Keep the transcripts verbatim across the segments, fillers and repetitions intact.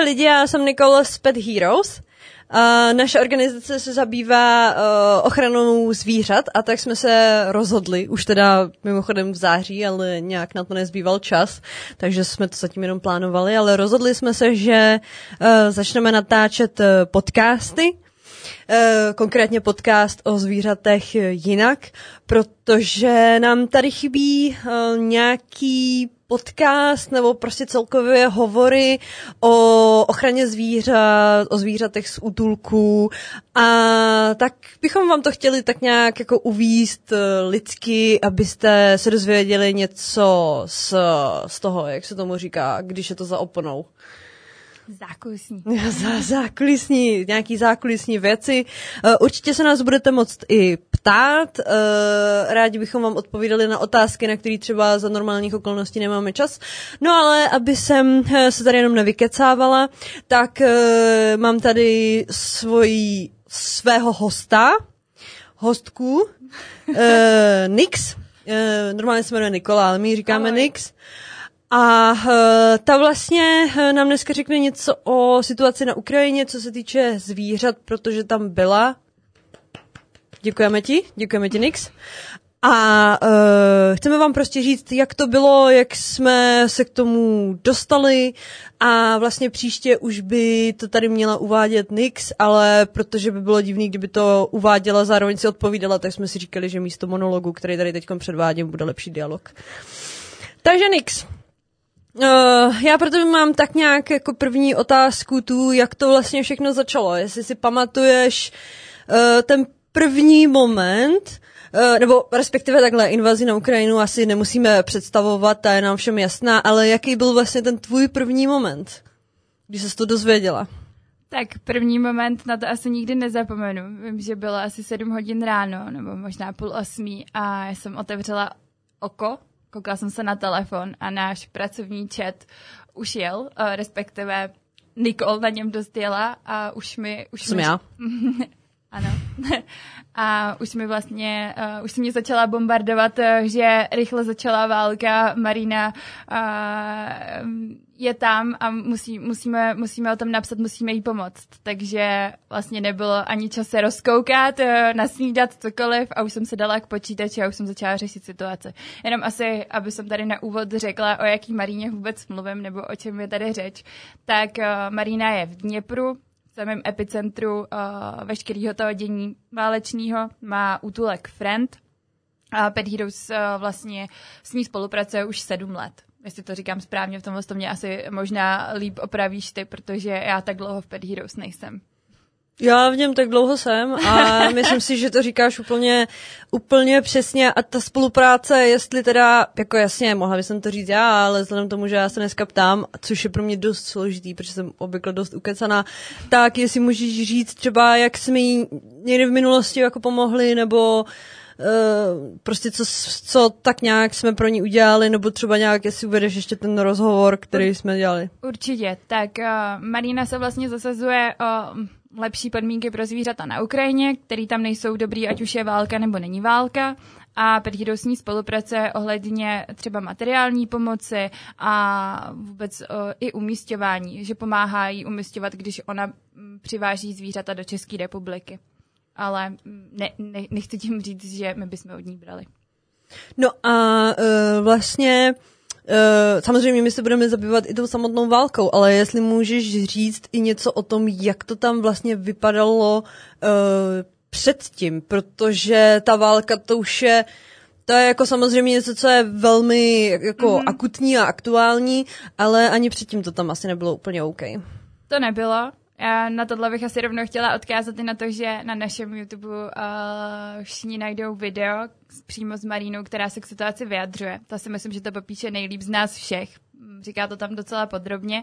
lidi, já jsem Nicole z Pet Heroes. Uh, naše organizace se zabývá uh, ochranou zvířat a tak jsme se rozhodli, už teda mimochodem v září, ale nějak na to nezbýval čas, takže jsme to zatím jenom plánovali, ale rozhodli jsme se, že uh, začneme natáčet uh, podcasty, uh, konkrétně podcast o zvířatech jinak, protože nám tady chybí uh, nějaký podcast nebo prostě celkově hovory o ochraně zvířat, o zvířatech z útulků a tak bychom vám to chtěli tak nějak jako uvízt lidsky, abyste se dozvěděli něco z, z toho, jak se tomu říká, když je to za oponou. Zákulisní. Za, zákulisní, nějaký zákulisní věci. Určitě se nás budete moct i ptát. Rádi bychom vám odpovídali na otázky, na které třeba za normálních okolností nemáme čas. No ale aby jsem se tady jenom nevykecávala, tak mám tady svoji, svého hosta, hostku, Nix. Normálně se jmenuje Nikola, ale my ji říkáme Ahoj. Nix. A uh, ta vlastně uh, nám dneska řekne něco o situaci na Ukrajině, co se týče zvířat, protože tam byla. Děkujeme ti, děkujeme ti, Nix. A uh, chceme vám prostě říct, jak to bylo, jak jsme se k tomu dostali a vlastně příště už by to tady měla uvádět Nix, ale protože by bylo divný, kdyby to uváděla, zároveň si odpovídala, tak jsme si říkali, že místo monologu, který tady teď předvádím, bude lepší dialog. Takže Nix. Uh, já proto mám tak nějak jako první otázku tu, jak to vlastně všechno začalo. Jestli si pamatuješ uh, ten první moment, uh, nebo respektive takhle invazi na Ukrajinu asi nemusíme představovat, ta je nám všem jasná, ale jaký byl vlastně ten tvůj první moment, když jsi to dozvěděla? Tak první moment na to asi nikdy nezapomenu. Vím, že bylo asi sedm hodin ráno, nebo možná půl osmí a já jsem otevřela oko, koukala jsem se na telefon a náš pracovní chat už jel, respektive Nicole na něm dost jela a už mi... Už jsem mi... já. Ano. A už mi vlastně, uh, už se mě začala bombardovat, uh, že rychle začala válka, Marina uh, je tam a musí, musíme, musíme o tom napsat, musíme jí pomoct. Takže vlastně nebylo ani čas se rozkoukat, uh, nasnídat cokoliv a už jsem se dala k počítači a už jsem začala řešit situaci. Jenom asi, aby jsem tady na úvod řekla, o jaký Maríně vůbec mluvím nebo o čem je tady řeč, tak uh, Marína je v Dněpru, v samém epicentru uh, veškerého toho dění válečného, má útulek Friend a Pet Heroes uh, vlastně s ní spolupracuje už sedm let. Jestli to říkám správně, v tomhle to mě asi možná líp opravíš ty, protože já tak dlouho v Pet Heroes nejsem. Já v něm tak dlouho jsem a myslím si, že to říkáš úplně, úplně přesně a ta spolupráce, jestli teda, jako jasně, mohla bych to říct já, ale vzhledem tomu, že já se dneska ptám, což je pro mě dost složitý, protože jsem obvykle dost ukecaná, tak jestli můžeš říct třeba, jak jsme jí někdy v minulosti jako pomohli, nebo Uh, prostě co, co tak nějak jsme pro ní udělali, nebo třeba nějak, jestli uvedeš ještě ten rozhovor, který Ur, jsme dělali. Určitě. Tak uh, Marina se vlastně zasazuje o lepší podmínky pro zvířata na Ukrajině, který tam nejsou dobrý, ať už je válka nebo není válka. A Pet Heroes s ní spolupracuje ohledně třeba materiální pomoci a vůbec uh, i umísťování, že pomáhá jí umísťovat, když ona přiváží zvířata do České republiky. Ale ne, ne, nechci tím říct, že my bychom od ní brali. No a uh, vlastně uh, samozřejmě my se budeme zabývat i tou samotnou válkou, ale jestli můžeš říct i něco o tom, jak to tam vlastně vypadalo uh, předtím, protože ta válka to už je, to je jako samozřejmě něco, co je velmi jako mm-hmm. akutní a aktuální, ale ani předtím to tam asi nebylo úplně OK. To nebylo. Já na tohle bych asi rovnou chtěla odkázat i na to, že na našem YouTube uh, všichni najdou video přímo s Marínou, která se k situaci vyjadřuje. To si myslím, že to popíše nejlíp z nás všech. Říká to tam docela podrobně.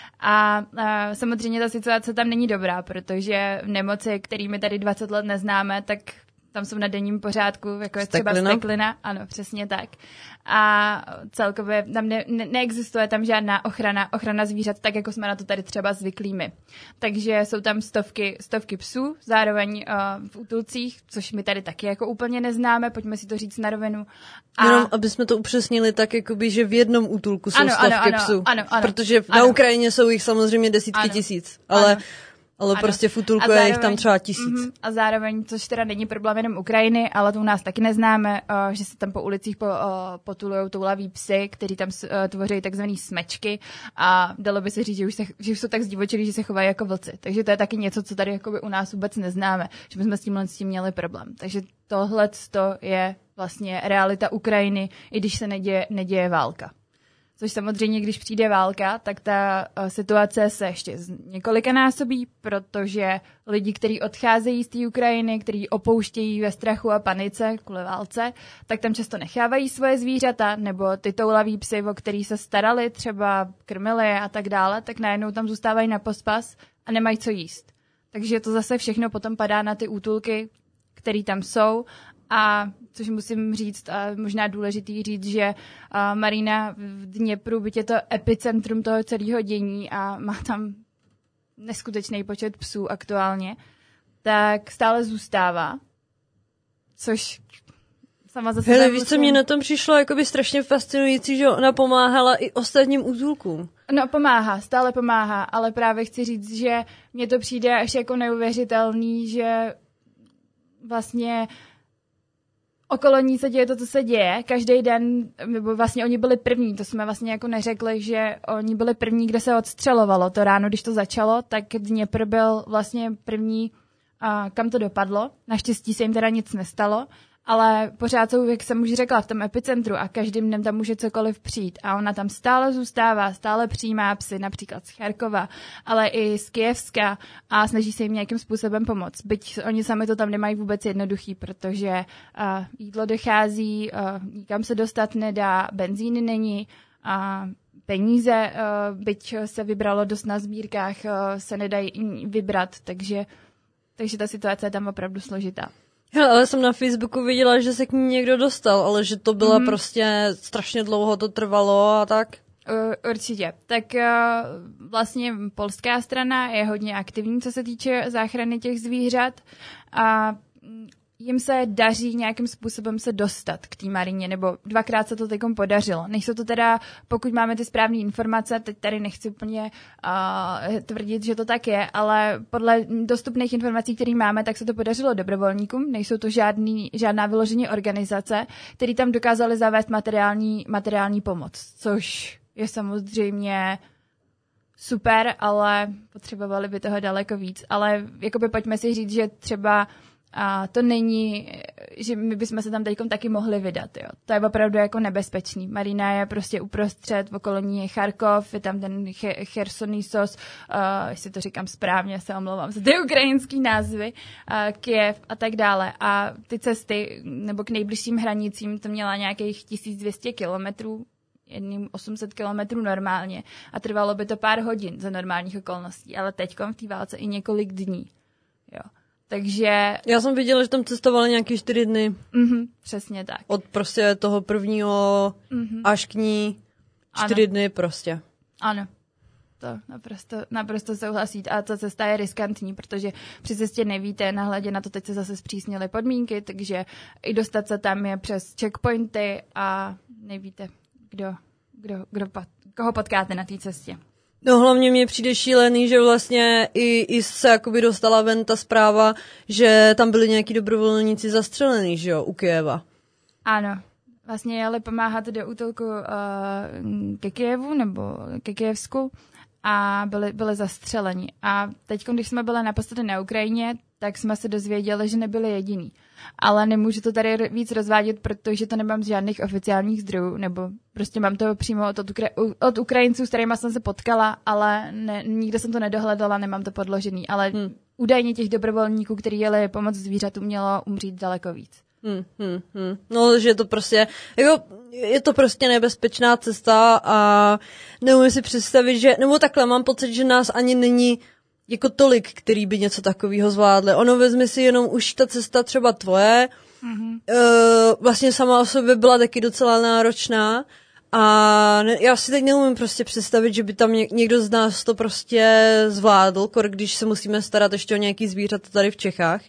A uh, samozřejmě ta situace tam není dobrá, protože nemoci, kterými tady dvacet let neznáme, tak tam jsou na denním pořádku, jako je třeba steklina, ano, přesně tak. A celkově tam ne, ne, neexistuje tam žádná ochrana, ochrana zvířat, tak jako jsme na to tady třeba zvyklí my. Takže jsou tam stovky, stovky psů, zároveň uh, v útulcích, což my tady taky jako úplně neznáme, pojďme si to říct na rovinu. A... Jenom, aby jsme to upřesnili tak, jakoby, že v jednom útulku jsou ano, stovky ano, psů. Ano, ano, protože ano. na Ukrajině jsou jich samozřejmě desítky ano, tisíc, ale... Ano. Ale ano. Prostě v útulku zároveň, je jich tam třeba tisíc. Mm, a zároveň, což teda není problém jenom Ukrajiny, ale to u nás taky neznáme, uh, že se tam po ulicích po, uh, potulujou toulaví psy, kteří tam uh, tvoří takzvaný smečky a dalo by se říct, že už, se, že už jsou tak zdivočilí, že se chovají jako vlci. Takže to je taky něco, co tady jakoby u nás vůbec neznáme, že bychom s tímhle s tím měli problém. Takže tohle je vlastně realita Ukrajiny, i když se neděje, neděje válka. Což samozřejmě, když přijde válka, tak ta uh, situace se ještě několikanásobí, protože lidi, kteří odcházejí z té Ukrajiny, kteří opouštějí ve strachu a panice kvůli válce, tak tam často nechávají svoje zvířata, nebo ty toulaví psy, o který se starali, třeba krmili a tak dále, tak najednou tam zůstávají na pospas a nemají co jíst. Takže to zase všechno potom padá na ty útulky, které tam jsou. A což musím říct, a možná důležitý říct, že Marina v Dněpru, byť je to epicentrum toho celého dění a má tam neskutečný počet psů aktuálně, tak stále zůstává, což sama zase... Hele, víš, co mě na tom přišlo jakoby strašně fascinující, že ona pomáhala i ostatním útulkům. No pomáhá, stále pomáhá, ale právě chci říct, že mně to přijde až jako neuvěřitelný, že vlastně... Okolo ní se děje to, co se děje. Každý den, nebo vlastně oni byli první, to jsme vlastně jako neřekli, že oni byli první, kde se odstřelovalo. To ráno, když to začalo, tak Dněpr byl vlastně první, kam to dopadlo. Naštěstí se jim teda nic nestalo, ale pořád jsou, jak jsem už řekla, v tom epicentru a každým dnem tam může cokoliv přijít. A ona tam stále zůstává, stále přijímá psy, například z Charkova, ale i z Kyjevska a snaží se jim nějakým způsobem pomoct. Byť oni sami to tam nemají vůbec jednoduchý, protože uh, jídlo dochází, uh, nikam se dostat nedá, benzíny není a peníze, uh, byť se vybralo dost na sbírkách, uh, se nedají vybrat, takže, takže ta situace je tam opravdu složitá. Hele, ale jsem na Facebooku viděla, že se k ní někdo dostal, ale že to byla mm. prostě strašně dlouho to trvalo a tak. Uh, určitě. Tak uh, vlastně polská strana je hodně aktivní, co se týče záchrany těch zvířat a jim se daří nějakým způsobem se dostat k té Marině, nebo dvakrát se to teďkom podařilo. Nejsou to teda, pokud máme ty správné informace, teď tady nechci úplně uh, tvrdit, že to tak je, ale podle dostupných informací, které máme, tak se to podařilo dobrovolníkům. Nejsou to žádný, žádná vyloženě organizace, které tam dokázaly zavést materiální, materiální pomoc, což je samozřejmě super, ale potřebovali by toho daleko víc. Ale jakoby pojďme si říct, že třeba a to není, že my bychom se tam teďkom taky mohli vydat, jo. To je opravdu jako nebezpečný. Marina je prostě uprostřed, okolo ní je Charkov, je tam ten Chersonisos, uh, jestli to říkám správně, se omlouvám za ty ukrajinský názvy, uh, Kyjev a tak dále. A ty cesty, nebo k nejbližším hranicím, to měla nějakých tisíc dvě stě kilometrů, jedním osm set kilometrů normálně. A trvalo by to pár hodin za normálních okolností, ale teďkom v té válce i několik dní, jo. Takže... Já jsem viděla, že tam cestovali nějaký čtyři dny. Mhm, přesně tak. Od prostě toho prvního mm-hmm. až k ní čtyři ano. dny prostě. Ano, to naprosto, naprosto souhlasí. A ta cesta je riskantní, protože při cestě nevíte, nahledě na to teď se zase zpřísnily podmínky, takže i dostat se tam je přes checkpointy a nevíte, kdo, kdo, kdo, koho potkáte na té cestě. No hlavně mně přijde šílený, že vlastně i, i se jakoby dostala ven ta zpráva, že tam byli nějaký dobrovolníci zastřelený, že jo, u Kyjeva. Ano, vlastně jeli pomáhat do útulku uh, ke Kyjevu nebo ke Kyjevsku a byli, byli zastřeleni. A teď, když jsme byli naposledy na Ukrajině, tak jsme se dozvěděli, že nebyli jediní. Ale nemůžu to tady víc rozvádět, protože to nemám z žádných oficiálních zdrojů, nebo prostě mám to přímo od, Ukra- od Ukrajinců, s kterými jsem se potkala, ale ne, nikde jsem to nedohledala, nemám to podložený. Ale hmm. údajně těch dobrovolníků, kteří jeli pomoct zvířatům, mělo umřít daleko víc. Hmm, hmm, hmm. No, že to prostě, jako, je to prostě nebezpečná cesta a neumím si představit, že, nebo takhle, mám pocit, že nás ani není jako tolik, který by něco takového zvládli. Ono vezmi si jenom už ta cesta třeba tvoje, mm-hmm. uh, vlastně sama o sobě byla taky docela náročná a ne, já si teď neumím prostě představit, že by tam ně, někdo z nás to prostě zvládl, kor když se musíme starat ještě o nějaký zvířata tady v Čechách.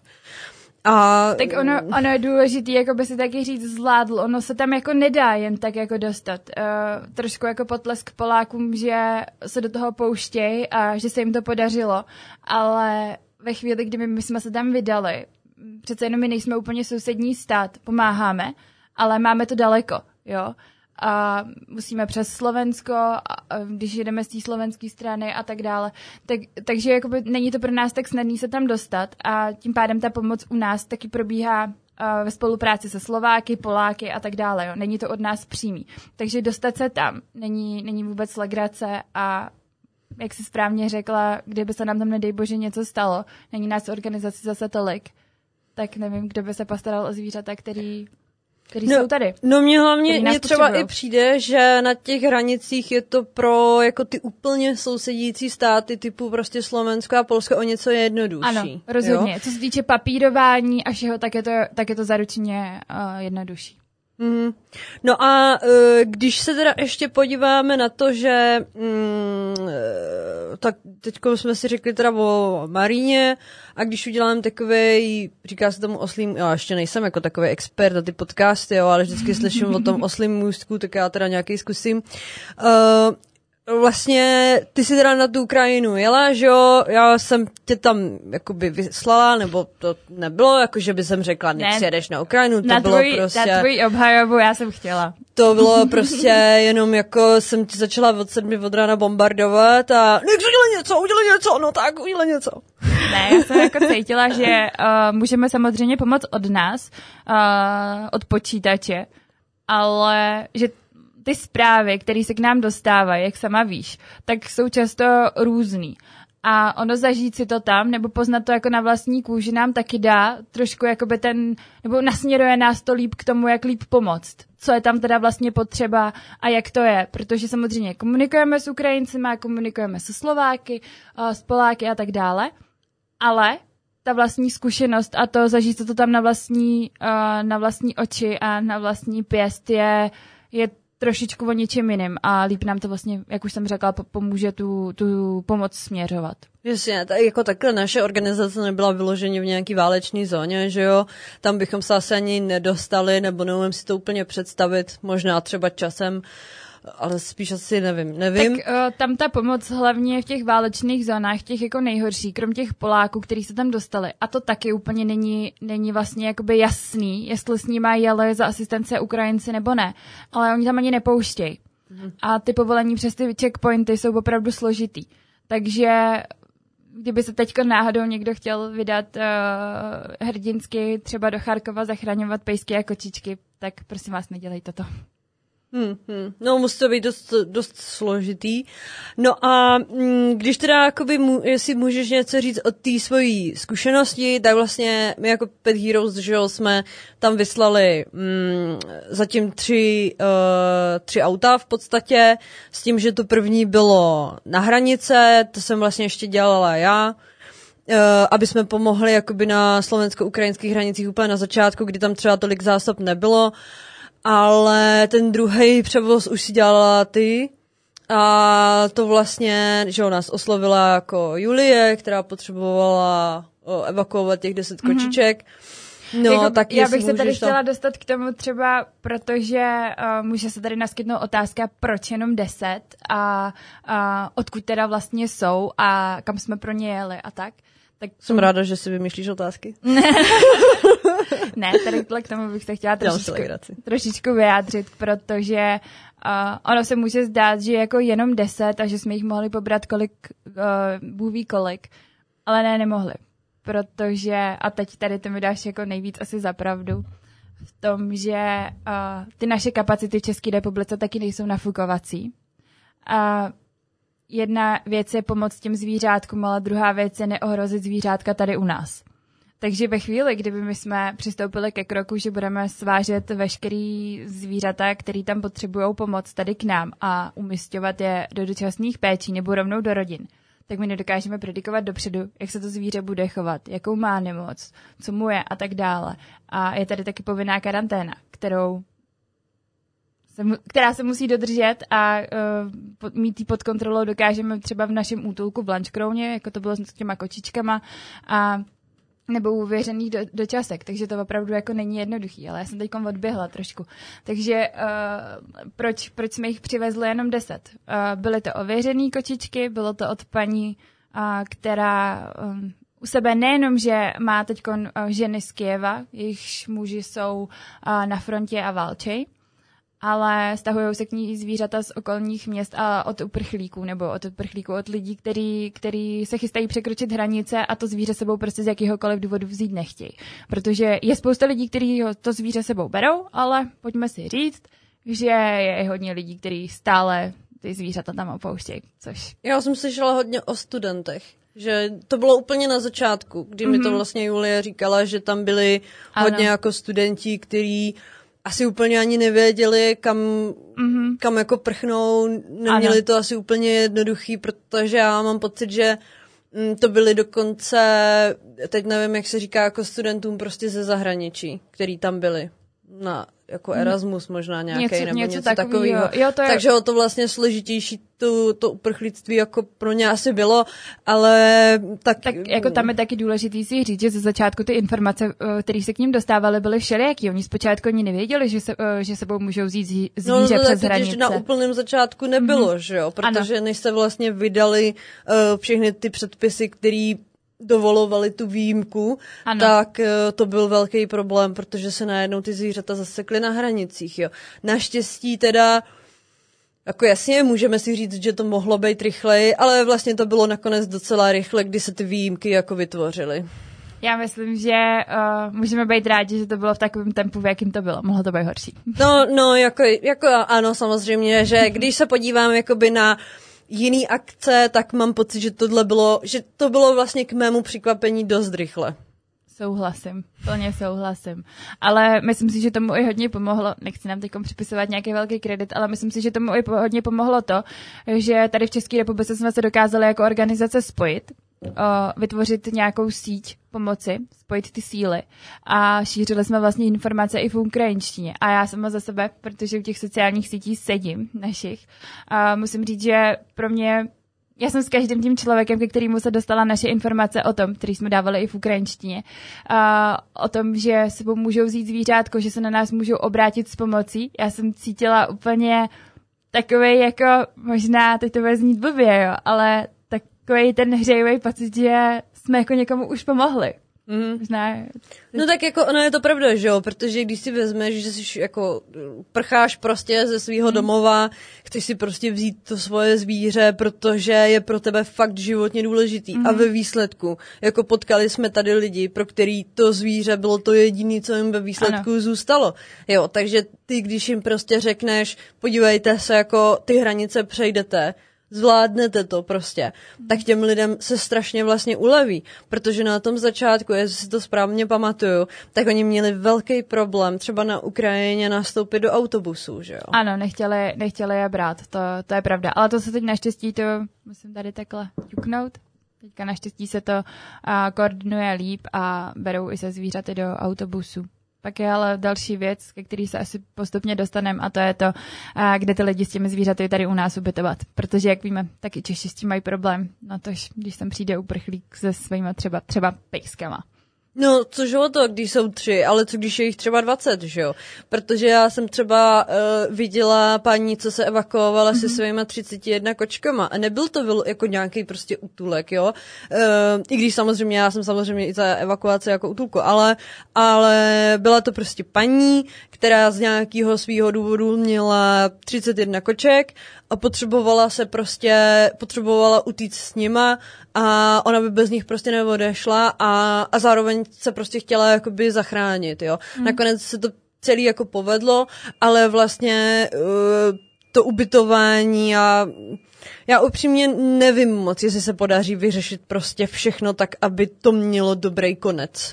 A... Tak ono, ono je důležité, jako by si taky říct zvládl, ono se tam jako nedá jen tak jako dostat. Uh, trošku jako potlesk Polákům, že se do toho pouštějí a že se jim to podařilo, ale ve chvíli, kdy my jsme se tam vydali, přece jenom my nejsme úplně sousední stát, pomáháme, ale máme to daleko, jo. A musíme přes Slovensko, a když jedeme z té slovenské strany a tak dále. Tak, takže jakoby není to pro nás tak snadný se tam dostat a tím pádem ta pomoc u nás taky probíhá uh, ve spolupráci se Slováky, Poláky a tak dále. Jo. Není to od nás přímý. Takže dostat se tam není, není vůbec legrace a jak jsi správně řekla, kdyby se nám tam nedej bože něco stalo, není nás organizaci zase tolik, tak nevím, kdo by se postaral o zvířata, který... který no, jsou tady. No mě hlavně mě třeba i přijde, že na těch hranicích je to pro jako ty úplně sousedící státy typu prostě Slovensko a Polsko o něco jednodušší. Ano, rozhodně. Jo? Co se týče papírování a všeho, tak je to, tak je to zaručeně uh, jednodušší. Mm. No a uh, když se teda ještě podíváme na to, že mm, tak teďko jsme si řekli teda o Maríně a když udělám takovej, říká se tomu oslím, já ještě nejsem jako takový expert na ty podcasty, jo, ale vždycky slyším o tom oslím můstku, tak já teda nějaký zkusím. Uh, Vlastně ty jsi teda na tu Ukrajinu jela, že jo, já jsem tě tam jakoby vyslala, nebo to nebylo, jako že by jsem řekla, nech jedeš na Ukrajinu, to na bylo tvůj, prostě... Na tvoji obhajobu já jsem chtěla. To bylo prostě jenom jako jsem ti začala od sedmi od rána bombardovat a nech udělej něco, udělej něco, no tak, udělej něco. Ne, já jsem jako cítila, že uh, můžeme samozřejmě pomoct od nás, uh, od počítače, ale že ty zprávy, které se k nám dostávají, jak sama víš, tak jsou často různý. A ono zažít si to tam, nebo poznat to jako na vlastní kůži nám taky dá trošku jakoby ten, nebo nasměruje nás to líp k tomu, jak líp pomoct. Co je tam teda vlastně potřeba a jak to je. Protože samozřejmě komunikujeme s Ukrajincima, komunikujeme se Slováky, s Poláky a tak dále. Ale ta vlastní zkušenost a to zažít to tam na vlastní, na vlastní oči a na vlastní pěst je, je trošičku o něčem jiným a líp nám to vlastně, jak už jsem řekla, pomůže tu, tu pomoc směřovat. Jasně, tak jako takhle naše organizace nebyla vyloženě v nějaký válečné zóně, že jo, tam bychom se asi ani nedostali, nebo neumím si to úplně představit, možná třeba časem, ale spíš asi nevím, nevím. Tak uh, tam ta pomoc hlavně v těch válečných zónách, těch jako nejhorší, krom těch Poláků, kteří se tam dostali. A to taky úplně není, není vlastně jakoby jasný, jestli s nimi jeli za asistence Ukrajinci nebo ne. Ale oni tam ani nepouštějí. Mhm. A ty povolení přes ty checkpointy jsou opravdu složitý. Takže kdyby se teďko náhodou někdo chtěl vydat uh, hrdinsky třeba do Charkova zachraňovat pejsky a kočičky, tak prosím vás, nedělejte to. Hmm, hmm. No, musí to být dost, dost složitý. No a mm, když teda, jakoby, mu, jestli můžeš něco říct o té svojí zkušenosti, tak vlastně my jako Pet Heroes, že jo, jsme tam vyslali mm, zatím tři, uh, tři auta v podstatě, s tím, že to první bylo na hranice, to jsem vlastně ještě dělala já, Uh, aby jsme pomohli jakoby na slovensko-ukrajinských hranicích úplně na začátku, kdy tam třeba tolik zásob nebylo. Ale ten druhý převoz už si dělala ty a to vlastně, že ona nás oslovila jako Julie, která potřebovala o, evakuovat těch deset mm-hmm. kočiček. No, jako, tak já bych se tady to... chtěla dostat k tomu třeba, protože uh, může se tady naskytnout otázka, proč jenom deset a uh, odkud teda vlastně jsou a kam jsme pro ně jeli a tak. Tak jsem to... ráda, že si vymýšlíš otázky. Ne, tady k tomu bych se chtěla trošičku, trošičku vyjádřit, protože uh, ono se může zdát, že jako jenom deset a že jsme jich mohli pobrat kolik, uh, Bůh ví kolik, ale ne, nemohli. Protože, a teď tady to mi dáš jako nejvíc asi za pravdu, v tom, že uh, ty naše kapacity v České republice taky nejsou nafukovací. A uh, jedna věc je pomoct těm zvířátkům, ale druhá věc je neohrozit zvířátka tady u nás. Takže ve chvíli, kdyby my jsme přistoupili ke kroku, že budeme svážet veškerý zvířata, který tam potřebují pomoc tady k nám a umisťovat je do dočasných péčí nebo rovnou do rodin, tak my nedokážeme predikovat dopředu, jak se to zvíře bude chovat, jakou má nemoc, co mu je a tak dále. A je tady taky povinná karanténa, kterou se mu, která se musí dodržet a uh, mít ji pod kontrolou dokážeme třeba v našem útulku v Lančkrouně, jako to bylo s těma kočičkama a nebo uvěřených do, dočasek, takže to opravdu jako není jednoduchý, ale já jsem teď odběhla trošku. Takže uh, proč, proč jsme jich přivezli jenom deset? Uh, byly to ověřený kočičky, bylo to od paní, uh, která um, u sebe nejenom, že má teď uh, ženy z Kyjeva, jejichž muži jsou uh, na frontě a válčej, ale stahují se k ní i zvířata z okolních měst a od uprchlíků, nebo od uprchlíků, od lidí, který, který se chystají překročit hranice a to zvíře sebou prostě z jakéhokoliv důvodu vzít nechtějí. Protože je spousta lidí, kteří to zvíře sebou berou, ale pojďme si říct, že je hodně lidí, kteří stále ty zvířata tam opouštějí, což... Já jsem slyšela hodně o studentech, že to bylo úplně na začátku, kdy mm-hmm. mi to vlastně Julie říkala, že tam byli hodně ano. jako studenti, kteří asi úplně ani nevěděli, kam, mm-hmm. kam jako prchnou, neměli ano. to asi úplně jednoduchý, protože já mám pocit, že mm, to byly dokonce, teď nevím, jak se říká, jako studentům prostě ze zahraničí, který tam byli na jako Erasmus možná nějaký něco, nebo něco, něco takového. Jo, to je... Takže o to vlastně složitější to, to uprchlictví jako pro ně asi bylo, ale tak... Tak jako tam je taky důležitý si říct, že ze začátku ty informace, které se k ním dostávaly, byly všelijaký. Oni zpočátku ani nevěděli, že, se, že sebou můžou vzít zvíře no, no, přes hranice. No, na úplném začátku nebylo, mm-hmm. že jo? Protože ano. než se vlastně vydali uh, všechny ty předpisy, které dovolovali tu výjimku, ano. tak to byl velký problém, protože se najednou ty zvířata zasekly na hranicích. Jo. Naštěstí teda, jako jasně, můžeme si říct, že to mohlo být rychleji, ale vlastně to bylo nakonec docela rychle, kdy se ty výjimky jako vytvořily. Já myslím, že uh, můžeme být rádi, že to bylo v takovém tempu, v jakým to bylo. Mohlo to být horší. No, no, jako, jako ano, samozřejmě, že když se podívám jakoby na jiný akce, tak mám pocit, že tohle bylo, že to bylo vlastně k mému překvapení dost rychle. Souhlasím, plně souhlasím. Ale myslím si, že tomu i hodně pomohlo, nechci nám teď připisovat nějaký velký kredit, ale myslím si, že tomu i hodně pomohlo to, že tady v České republice jsme se dokázali jako organizace spojit, o, vytvořit nějakou síť pomoci, spojit ty síly a šířili jsme vlastně informace i v ukrajinštině. A já sama za sebe, protože v těch sociálních sítích sedím našich, a musím říct, že pro mě já jsem s každým tím člověkem, ke kterému se dostala naše informace o tom, který jsme dávali i v ukrajinštině, a o tom, že sebou můžou vzít zvířátko, že se na nás můžou obrátit s pomocí. Já jsem cítila úplně takovej jako, možná teď to bude znít blbě, jo, ale takovej ten hřejivý pocit, že jsme jako někomu už pomohli. Mm. Možná... No tak jako ono je to pravda, že jo, protože když si vezmeš, že si jako prcháš prostě ze svého mm. domova, chceš si prostě vzít to svoje zvíře, protože je pro tebe fakt životně důležitý mm. a ve výsledku, jako potkali jsme tady lidi, pro který to zvíře bylo to jediné, co jim ve výsledku ano. zůstalo. Jo, takže ty, když jim prostě řekneš, podívejte se, jako ty hranice přejdete, zvládnete to prostě, tak těm lidem se strašně vlastně uleví, protože na tom začátku, jestli si to správně pamatuju, tak oni měli velký problém třeba na Ukrajině nastoupit do autobusů, že jo? Ano, nechtěli, nechtěli je brát, to, to je pravda, ale to se teď naštěstí, to musím tady takhle ťuknout, teďka naštěstí se to a, koordinuje líp a berou i se zvířaty do autobusu. Pak je ale další věc, ke který se asi postupně dostaneme, a to je to, a kde ty lidi s těmi zvířaty tady u nás ubytovat. Protože, jak víme, taky Češi s tím mají problém. Na to, když sem přijde uprchlík se svýma třeba, třeba pejskama. No, což o to, když jsou tři, ale co když je jich třeba dvacet, že jo? Protože já jsem třeba uh, viděla paní, co se evakuovala mm-hmm. se svýma třicet jedna kočkama a nebyl to jako nějaký prostě útulek, jo? Uh, I když samozřejmě, já jsem samozřejmě i za evakuaci jako útulku, ale, ale byla to prostě paní, která z nějakého svého důvodu měla třicet jedna koček a potřebovala se prostě, potřebovala utíct s nima a ona by bez nich prostě neodešla a, a zároveň se prostě chtěla jakoby zachránit, jo. Hmm. Nakonec se to celý jako povedlo, ale vlastně uh, to ubytování a já upřímně nevím moc, jestli se podaří vyřešit prostě všechno tak, aby to mělo dobrý konec.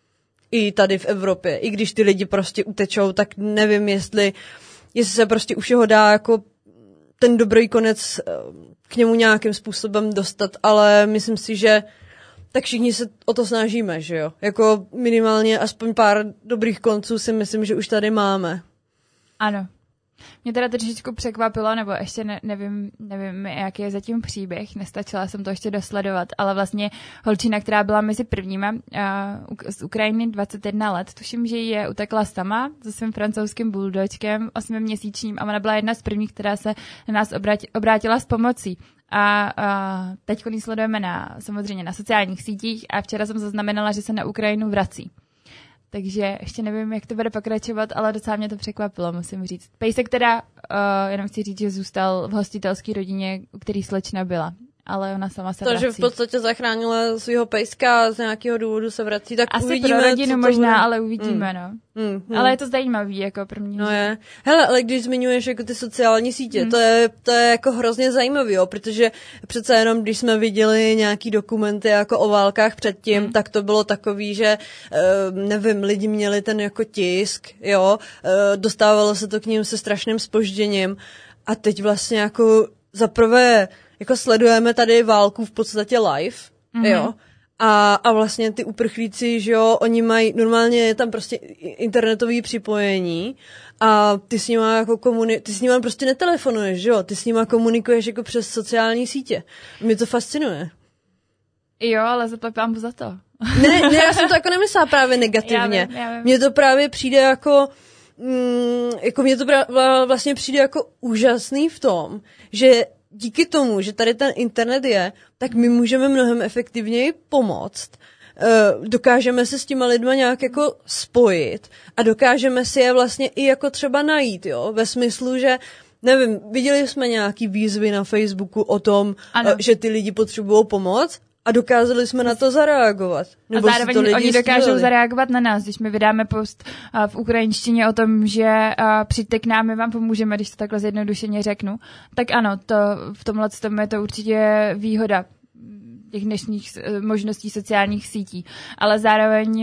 I tady v Evropě. I když ty lidi prostě utečou, tak nevím, jestli, jestli se prostě už jeho dá jako ten dobrý konec k němu nějakým způsobem dostat, ale myslím si, že tak všichni se o to snažíme, že jo? Jako minimálně aspoň pár dobrých konců si myslím, že už tady máme. Ano. Mě teda trošičku překvapilo, nebo ještě ne, nevím, nevím, jaký je zatím příběh, nestačila jsem to ještě dosledovat, ale vlastně holčina, která byla mezi prvníma uh, z Ukrajiny dvacet jedna let, tuším, že ji je utekla sama se svým francouzským buldočkem osmiměsíčním a ona byla jedna z prvních, která se na nás obrátila, obrátila s pomocí. A, a teď ji sledujeme na, samozřejmě na sociálních sítích a včera jsem zaznamenala, že se na Ukrajinu vrací. Takže ještě nevím, jak to bude pokračovat, ale docela mě to překvapilo, musím říct. Pejsek teda, uh, jenom chci říct, že zůstal v hostitelské rodině, u který slečna byla. Ale ona sama se vrací. Takže v podstatě zachránila svého pejska a z nějakého důvodu se vrací, tak asi uvidíme. Asi pro rodinu možná, bude. ale uvidíme, mm. no. Mm, mm. Ale je to zajímavý, jako pro mě. No je. Hele, ale když zmiňuješ jako ty sociální sítě, mm. to, je, to je jako hrozně zajímavý, jo, protože přece jenom, když jsme viděli nějaký dokumenty jako o válkách předtím, mm. tak to bylo takový, že nevím, lidi měli ten jako tisk, jo, dostávalo se to k ním se strašným zpožděním a teď vlastně jako zaprvé jako sledujeme tady válku v podstatě live, mm-hmm. jo, a, a vlastně ty uprchlíci, že jo, oni mají, normálně je tam prostě internetový připojení a ty s nima jako komuni- ty s nima prostě netelefonuješ, že jo, ty s nima komunikuješ jako přes sociální sítě. Mě to fascinuje. Jo, ale zaplapám za to. Ne, ne, já jsem to jako nemyslela právě negativně. Já vím, já vím. Mně to právě přijde jako, mm, jako mně to vlastně přijde jako úžasný v tom, že díky tomu, že tady ten internet je, tak my můžeme mnohem efektivněji pomoct. Dokážeme se s těma lidma nějak jako spojit a dokážeme si je vlastně i jako třeba najít, jo, ve smyslu, že nevím, viděli jsme nějaký výzvy na Facebooku o tom, ano. že ty lidi potřebují pomoc a dokázali jsme na to zareagovat. Nebo a zároveň to lidi oni dokážou stíhali. Zareagovat na nás, když my vydáme post v ukrajinštině o tom, že přijďte k nám, my vám pomůžeme, když to takhle zjednodušeně řeknu. Tak ano, to v tomhle tom je to určitě výhoda těch dnešních možností sociálních sítí. Ale zároveň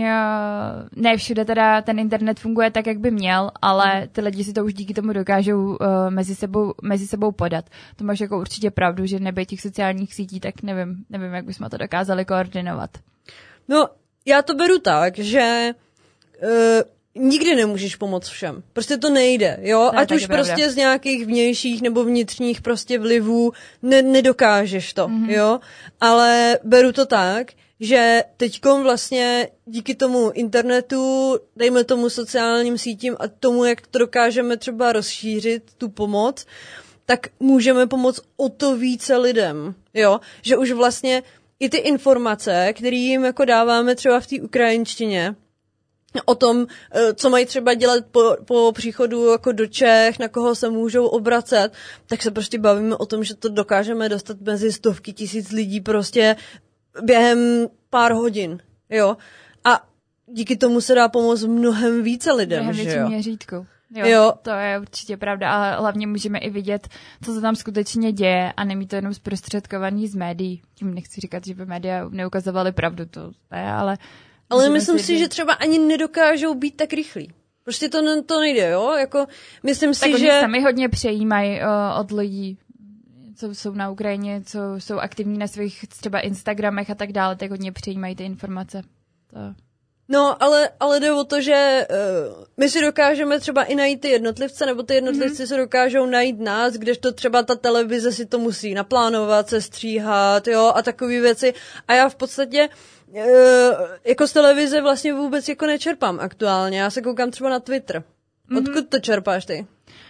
ne všude teda ten internet funguje tak, jak by měl, ale ty lidi si to už díky tomu dokážou uh, mezi sebou, mezi sebou podat. To máš jako určitě pravdu, že nebej těch sociálních sítí, tak nevím, nevím, jak bychom to dokázali koordinovat. No, já to beru tak, že uh, nikdy nemůžeš pomoct všem. Prostě to nejde, jo? Ne, ať už prostě pravda. Z nějakých vnějších nebo vnitřních prostě vlivů ne- nedokážeš to, mm-hmm. jo? Ale beru to tak, že teďkom vlastně díky tomu internetu, dejme tomu sociálním sítím a tomu, jak to dokážeme třeba rozšířit tu pomoc, tak můžeme pomoct o to více lidem, jo? Že už vlastně i ty informace, které jim jako dáváme třeba v té ukrajinštině, o tom, co mají třeba dělat po, po příchodu jako do Čech, na koho se můžou obracet, tak se prostě bavíme o tom, že to dokážeme dostat mezi stovky tisíc lidí prostě během pár hodin, jo. A díky tomu se dá pomoct mnohem více lidem, mnohem že jo. Měřítku. Jo, jo, to je určitě pravda, ale hlavně můžeme i vidět, co se tam skutečně děje a nemít to jenom zprostředkovaný z médií. Tím nechci říkat, že by média neukazovaly pravdu, to ne, ale Ale myslím si, že třeba ani nedokážou být tak rychlí. Prostě to, to nejde, jo? Jako, myslím tak si, oni že... sami hodně přejímají uh, od lidí, co jsou na Ukrajině, co jsou aktivní na svých třeba Instagramech a tak dále, tak hodně přejímají ty informace. To... No, ale, ale jde o to, že uh, my si dokážeme třeba i najít ty jednotlivce, nebo ty jednotlivci mm-hmm. se dokážou najít nás, kdežto třeba ta televize si to musí naplánovat, sestříhat, jo, a takové věci. A já v podstatě uh, jako z televize vlastně vůbec jako nečerpám aktuálně. Já se koukám třeba na Twitter. Mm-hmm. Odkud to čerpáš ty?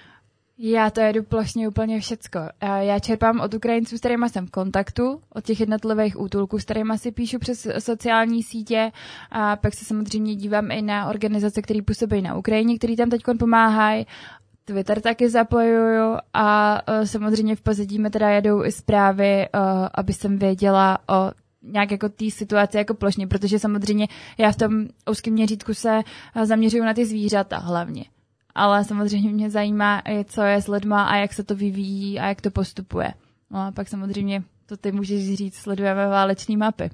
Já to jedu plošně úplně všecko. Já čerpám od Ukrajinců, s kterýma jsem v kontaktu, od těch jednotlivých útulků, s kterýma si píšu přes sociální sítě a pak se samozřejmě dívám i na organizace, které působí na Ukrajině, které tam teď pomáhají. Twitter taky zapojuju a samozřejmě v pozadí mi teda jedou i zprávy, aby jsem věděla o nějak jako té situace jako plošně, protože samozřejmě já v tom úzkém měřítku se zaměřuju na ty zvířata hlavně. Ale samozřejmě mě zajímá, co je s lidma a jak se to vyvíjí a jak to postupuje. No a pak samozřejmě, to ty můžeš říct, sledujeme váleční mapy.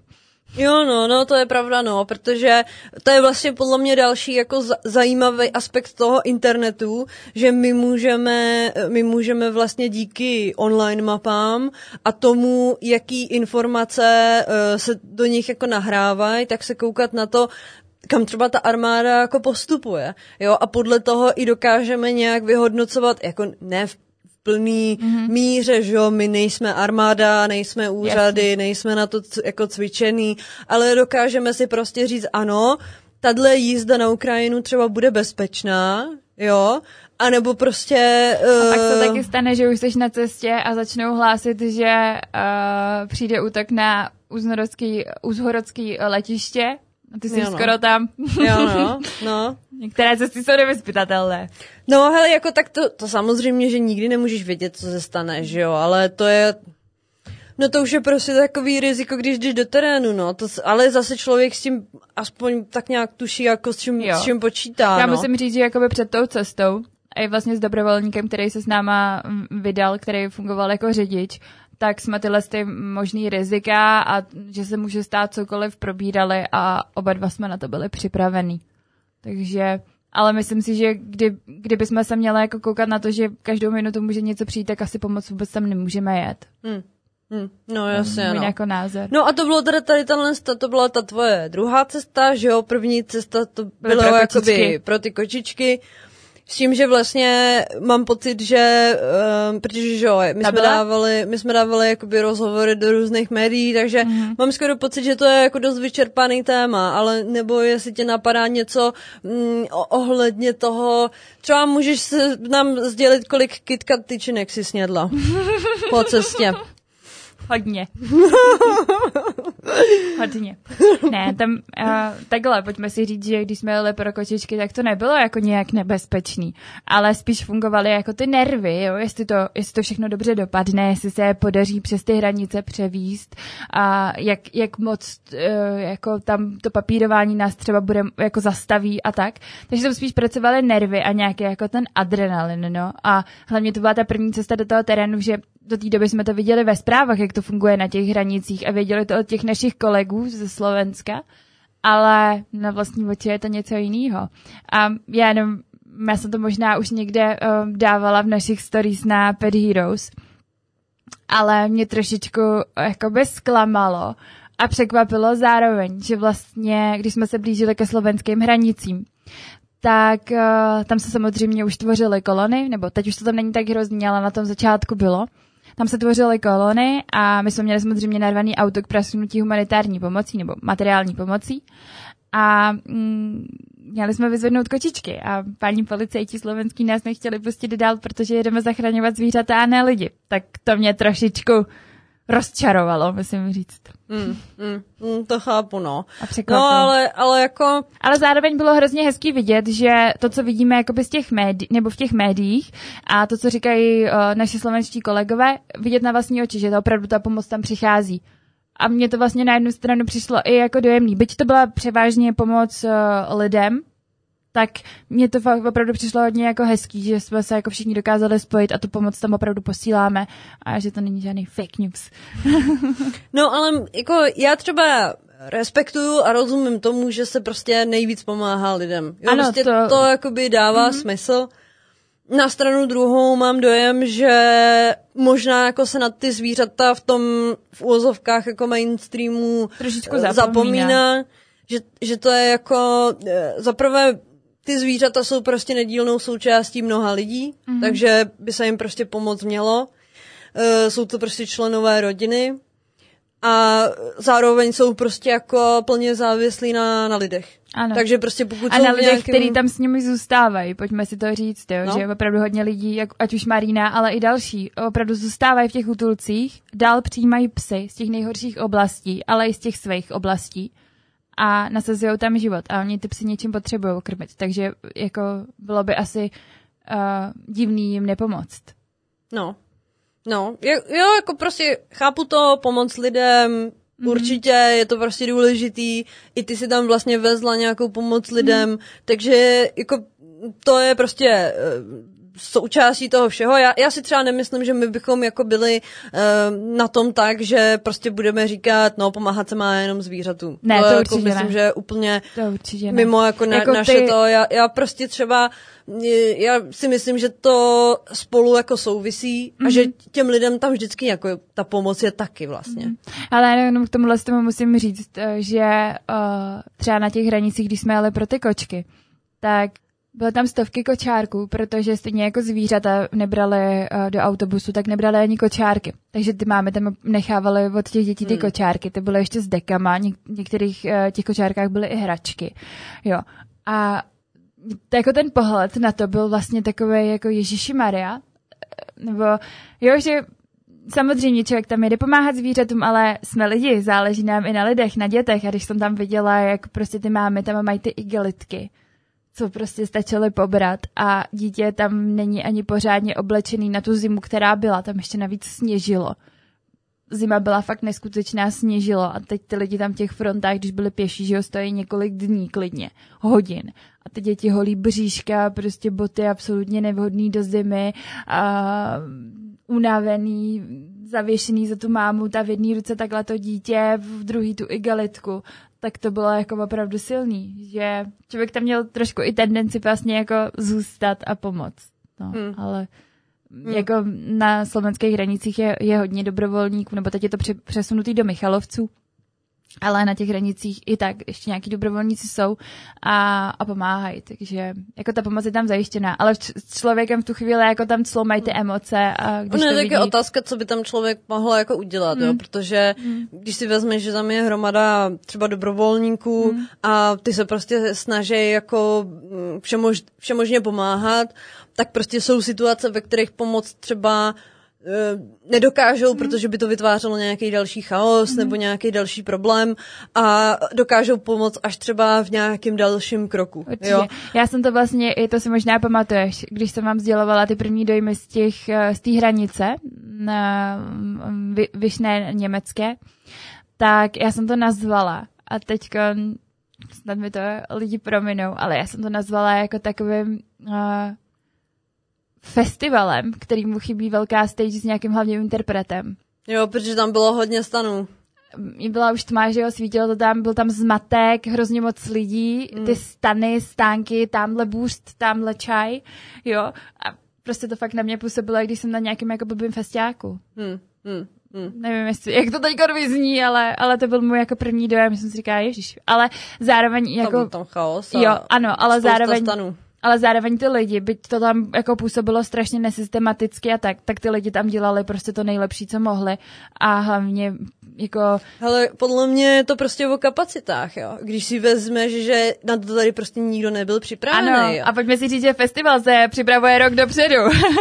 Jo, no, no, to je pravda, no, protože to je vlastně podle mě další jako z- zajímavý aspekt toho internetu, že my můžeme, my můžeme vlastně díky online mapám a tomu, jaký informace uh, se do nich jako nahrávají, tak se koukat na to, kam třeba ta armáda jako postupuje, jo, a podle toho i dokážeme nějak vyhodnocovat, jako ne v plný mm-hmm. míře, že jo, my nejsme armáda, nejsme úřady, yes. nejsme na to c- jako cvičený, ale dokážeme si prostě říct, ano, tahle jízda na Ukrajinu třeba bude bezpečná, jo, anebo prostě... Uh... A pak se taky stane, že už jsi na cestě a začnou hlásit, že uh, přijde útok na Uzhorodský, Uzhorodský letiště. A ty jsi jo, no. skoro tam. Jo, no, no. Některé cesty jsou nevyzpytatelné. No, hele, jako tak to, to samozřejmě, že nikdy nemůžeš vědět, co se stane, že jo, ale to je... No to už je prostě takový riziko, když jdeš do terénu, no. To, ale zase člověk s tím aspoň tak nějak tuší, jako s čím, s čím počítá, Já no. musím říct, že jakoby před tou cestou a i vlastně s dobrovolníkem, který se s náma vydal, který fungoval jako řidič, tak jsme tyhle ty možný rizika a že se může stát cokoliv probírali a oba dva jsme na to byli připravení. Takže, ale myslím si, že kdy, kdyby jsme se měli jako koukat na to, že každou minutu může něco přijít, tak asi pomoc vůbec tam nemůžeme jet. Hmm. Hmm. No jasně, Můj no. jako názor. No a to bylo teda tady tahle, to byla ta tvoje druhá cesta, že jo, první cesta to bylo pro jakoby pro ty kočičky. S tím, že vlastně mám pocit, že, um, protože že jo, my jsme dávali, my jsme dávali jakoby rozhovory do různých médií, takže mm-hmm. mám skoro pocit, že to je jako dost vyčerpaný téma, ale nebo jestli tě napadá něco mm, ohledně toho, třeba můžeš se nám sdělit, kolik KitKat tyčinek si snědla po cestě. Hodně. Hodně. Ne, tam uh, takhle, pojďme si říct, že když jsme jeli pro kočičky, tak to nebylo jako nějak nebezpečný, ale spíš fungovaly jako ty nervy, jo, jestli to, jestli to všechno dobře dopadne, jestli se podaří přes ty hranice převíst a jak, jak moc uh, jako tam to papírování nás třeba bude jako zastaví a tak. Takže tam spíš pracovaly nervy a nějaký jako ten adrenalin, no. A hlavně to byla ta první cesta do toho terénu, že do té doby jsme to viděli ve zprávách, jak to funguje na těch hranicích a věděli to od těch našich kolegů ze Slovenska, ale na vlastní oči je to něco jiného. A já jenom, já jsem to možná už někde uh, dávala v našich stories na Pet Heroes, ale mě trošičku jakoby zklamalo a překvapilo zároveň, že vlastně, když jsme se blížili ke slovenským hranicím, tak uh, tam se samozřejmě už tvořily kolony, nebo teď už to tam není tak hrozný, ale na tom začátku bylo. Tam se tvořily kolony a my jsme měli samozřejmě narvaný auto k prasunutí humanitární pomocí nebo materiální pomocí a mm, měli jsme vyzvednout kočičky a páni policajti slovenský nás nechtěli pustit dál, protože jedeme zachraňovat zvířata a ne lidi. Tak to mě trošičku rozčarovalo, musím říct. Mm, mm, mm, to chápu, no. A překvapilo. No, ale, ale jako... Ale zároveň bylo hrozně hezký vidět, že to, co vidíme jakoby z těch médií, nebo v těch médiích a to, co říkají uh, naši slovenští kolegové, vidět na vlastní oči, že to opravdu ta pomoc tam přichází. A mně to vlastně na jednu stranu přišlo i jako dojemný. Byť to byla převážně pomoc uh, lidem, tak mně to fakt opravdu přišlo hodně jako hezký, že jsme se jako všichni dokázali spojit a tu pomoc tam opravdu posíláme a že to není žádný fake news. No ale jako já třeba respektuju a rozumím tomu, že se prostě nejvíc pomáhá lidem. Jo, ano, prostě to... to jakoby dává mm-hmm. smysl. Na stranu druhou mám dojem, že možná jako se na ty zvířata v tom v úvozovkách jako mainstreamu trošičku zapomíná, zapomíná že, že to je jako zaprvé ty zvířata jsou prostě nedílnou součástí mnoha lidí, mm-hmm. takže by se jim prostě pomoct mělo. E, jsou to prostě členové rodiny a zároveň jsou prostě jako plně závislí na, na lidech. Ano. Takže prostě pokud a jsou na lidech, nějakým... kteří tam s nimi zůstávají, pojďme si to říct, jo, no. že opravdu hodně lidí, jak, ať už Marina, ale i další, opravdu zůstávají v těch útulcích, dál přijímají psy z těch nejhorších oblastí, ale i z těch svých oblastí a nasazují tam život a oni ty psy něčím potřebují krmit, takže jako bylo by asi uh, divný jim nepomoct. No, no, jo, jako prostě chápu to, pomoct lidem, mm. určitě je to prostě důležitý, i ty si tam vlastně vezla nějakou pomoc lidem, mm. takže jako to je prostě součástí toho všeho. Já, já si třeba nemyslím, že my bychom jako byli uh, na tom tak, že prostě budeme říkat, no pomáhat se má jenom zvířatům. Ne, to, to jako určitě myslím, ne. že je úplně to určitě mimo jako, na, jako naše ty... to. Já, já prostě třeba, já si myslím, že to spolu jako souvisí mm-hmm. a že těm lidem tam vždycky jako ta pomoc je taky vlastně. Mm-hmm. Ale jenom k tomuhle z tomu musím říct, že uh, třeba na těch hranicích, když jsme jeli pro ty kočky, tak byly tam stovky kočárků, protože stejně jako zvířata nebrali uh, do autobusu, tak nebrali ani kočárky. Takže ty máme tam nechávali od těch dětí ty hmm. kočárky. Ty byly ještě s dekama, Něk- některých uh, těch kočárkách byly i hračky. Jo. A jako ten pohled na to byl vlastně takový jako Ježišimaria. Nebo jo, že samozřejmě člověk tam jde pomáhat zvířatům, ale jsme lidi, záleží nám i na lidech, na dětech. A když jsem tam viděla, jak prostě ty mámy tam mají ty igelitky, co prostě stačily pobrat a dítě tam není ani pořádně oblečený na tu zimu, která byla. Tam ještě navíc sněžilo. Zima byla fakt neskutečná, sněžilo a teď ty lidi tam v těch frontách, když byli pěší, že ho stojí několik dní klidně, hodin. A ty děti holí bříška, prostě boty absolutně nevhodný do zimy a unavený, zavěšený za tu mámu, ta v jedné ruce takhle to dítě, v druhý tu igelitku. Tak to bylo jako opravdu silný, že člověk tam měl trošku i tendenci vlastně jako zůstat a pomoct. No, hmm. ale hmm. jako na slovenských hranicích je, je hodně dobrovolníků, nebo teď je to přesunutý do Michalovců, ale na těch hranicích i tak ještě nějaký dobrovolníci jsou a, a pomáhají, takže jako ta pomoc je tam zajištěná, ale s člověkem v tu chvíli jako tam clo mají ty emoce a když ono to je vidí... taky otázka, co by tam člověk mohl jako udělat, mm. jo, protože mm. když si vezmeš, že tam je hromada třeba dobrovolníků mm. a ty se prostě snaží jako všemož, všemožně pomáhat, tak prostě jsou situace, ve kterých pomoc třeba nedokážou, mm. protože by to vytvářelo nějaký další chaos mm. nebo nějaký další problém a dokážou pomoct až třeba v nějakém dalším kroku. Jo? Já jsem to vlastně, i to si možná pamatuješ, když jsem vám sdělovala ty první dojmy z těch, z té hranice na Vyšné německé, tak já jsem to nazvala a teďka snad mi to lidi prominou, ale já jsem to nazvala jako takovým uh, festivalem, kterýmu chybí velká stage s nějakým hlavním interpretem. Jo, protože tam bylo hodně stanů. Byla už tma, že jo, svítilo to tam, byl tam zmatek, hrozně moc lidí, mm. ty stany, stánky, tamhle bůst, tamhle čaj, jo, a prostě to fakt na mě působilo, když jsem na nějakém jako blbým festiáku. Mm. Mm. Mm. Nevím, jestli, jak to teďka vyzní, ale, ale to byl můj jako první dojem, jsem si říkala, ježiš, ale zároveň jako... Tam byl tam chaos a jo, ano, ale zároveň... stanů. Ale zároveň ty lidi, byť to tam jako působilo strašně nesystematicky a tak, tak ty lidi tam dělali prostě to nejlepší, co mohli a hlavně jako... Hele, podle mě je to prostě o kapacitách, jo. Když si vezmeš, že na to tady prostě nikdo nebyl připravený, ano, jo. A pojďme si říct, že festival se připravuje rok dopředu.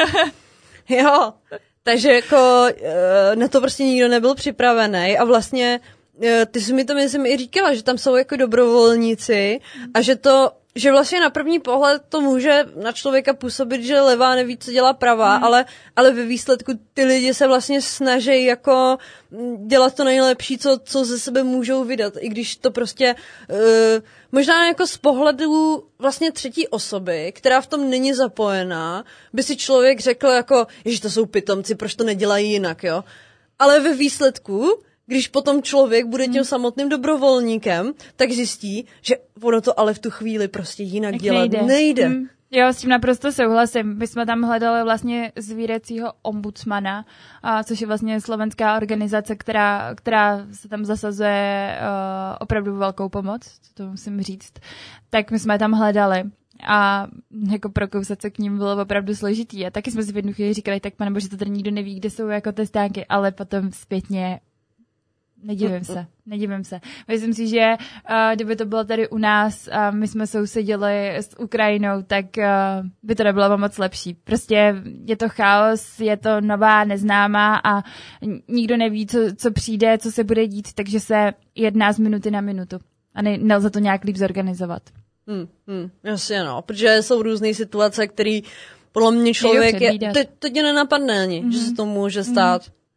Jo, takže jako na to prostě nikdo nebyl připravený a vlastně ty jsi mi to myslím i říkala, že tam jsou jako dobrovolníci a že to že vlastně na první pohled to může na člověka působit, že levá neví, co dělá pravá, hmm. ale, ale ve výsledku ty lidi se vlastně snaží jako dělat to nejlepší, co, co ze sebe můžou vydat, i když to prostě uh, možná jako z pohledu vlastně třetí osoby, která v tom není zapojená, by si člověk řekl jako, že to jsou pitomci, proč to nedělají jinak, jo? Ale ve výsledku když potom člověk bude tím samotným dobrovolníkem, tak zjistí, že ono to ale v tu chvíli prostě jinak Jak dělat nejde. nejde. Hmm. Jo, s tím naprosto souhlasím. My jsme tam hledali vlastně zvířecího ombudsmana, a což je vlastně slovenská organizace, která, která se tam zasazuje uh, opravdu velkou pomoc, to musím říct. Tak my jsme tam hledali. A jako prokousat se k ním bylo opravdu složitý. A taky jsme si v jednu chvíli říkali, tak panebo, že to tady nikdo neví, kde jsou jako ty stánky, ale potom zpětně Nedivím se, nedivím se. Myslím si, že uh, kdyby to bylo tady u nás a my jsme sousedili s Ukrajinou, tak uh, by to nebylo moc lepší. Prostě je to chaos, je to nová, neznámá a nikdo neví, co, co přijde, co se bude dít, takže se jedná z minuty na minutu. A ne, nelze to nějak líp zorganizovat. Hmm, hmm, jasně no, protože jsou různé situace, které podle mě člověk je, to, to tě nenapadne ani, mm-hmm. že se to může stát. Mm-hmm.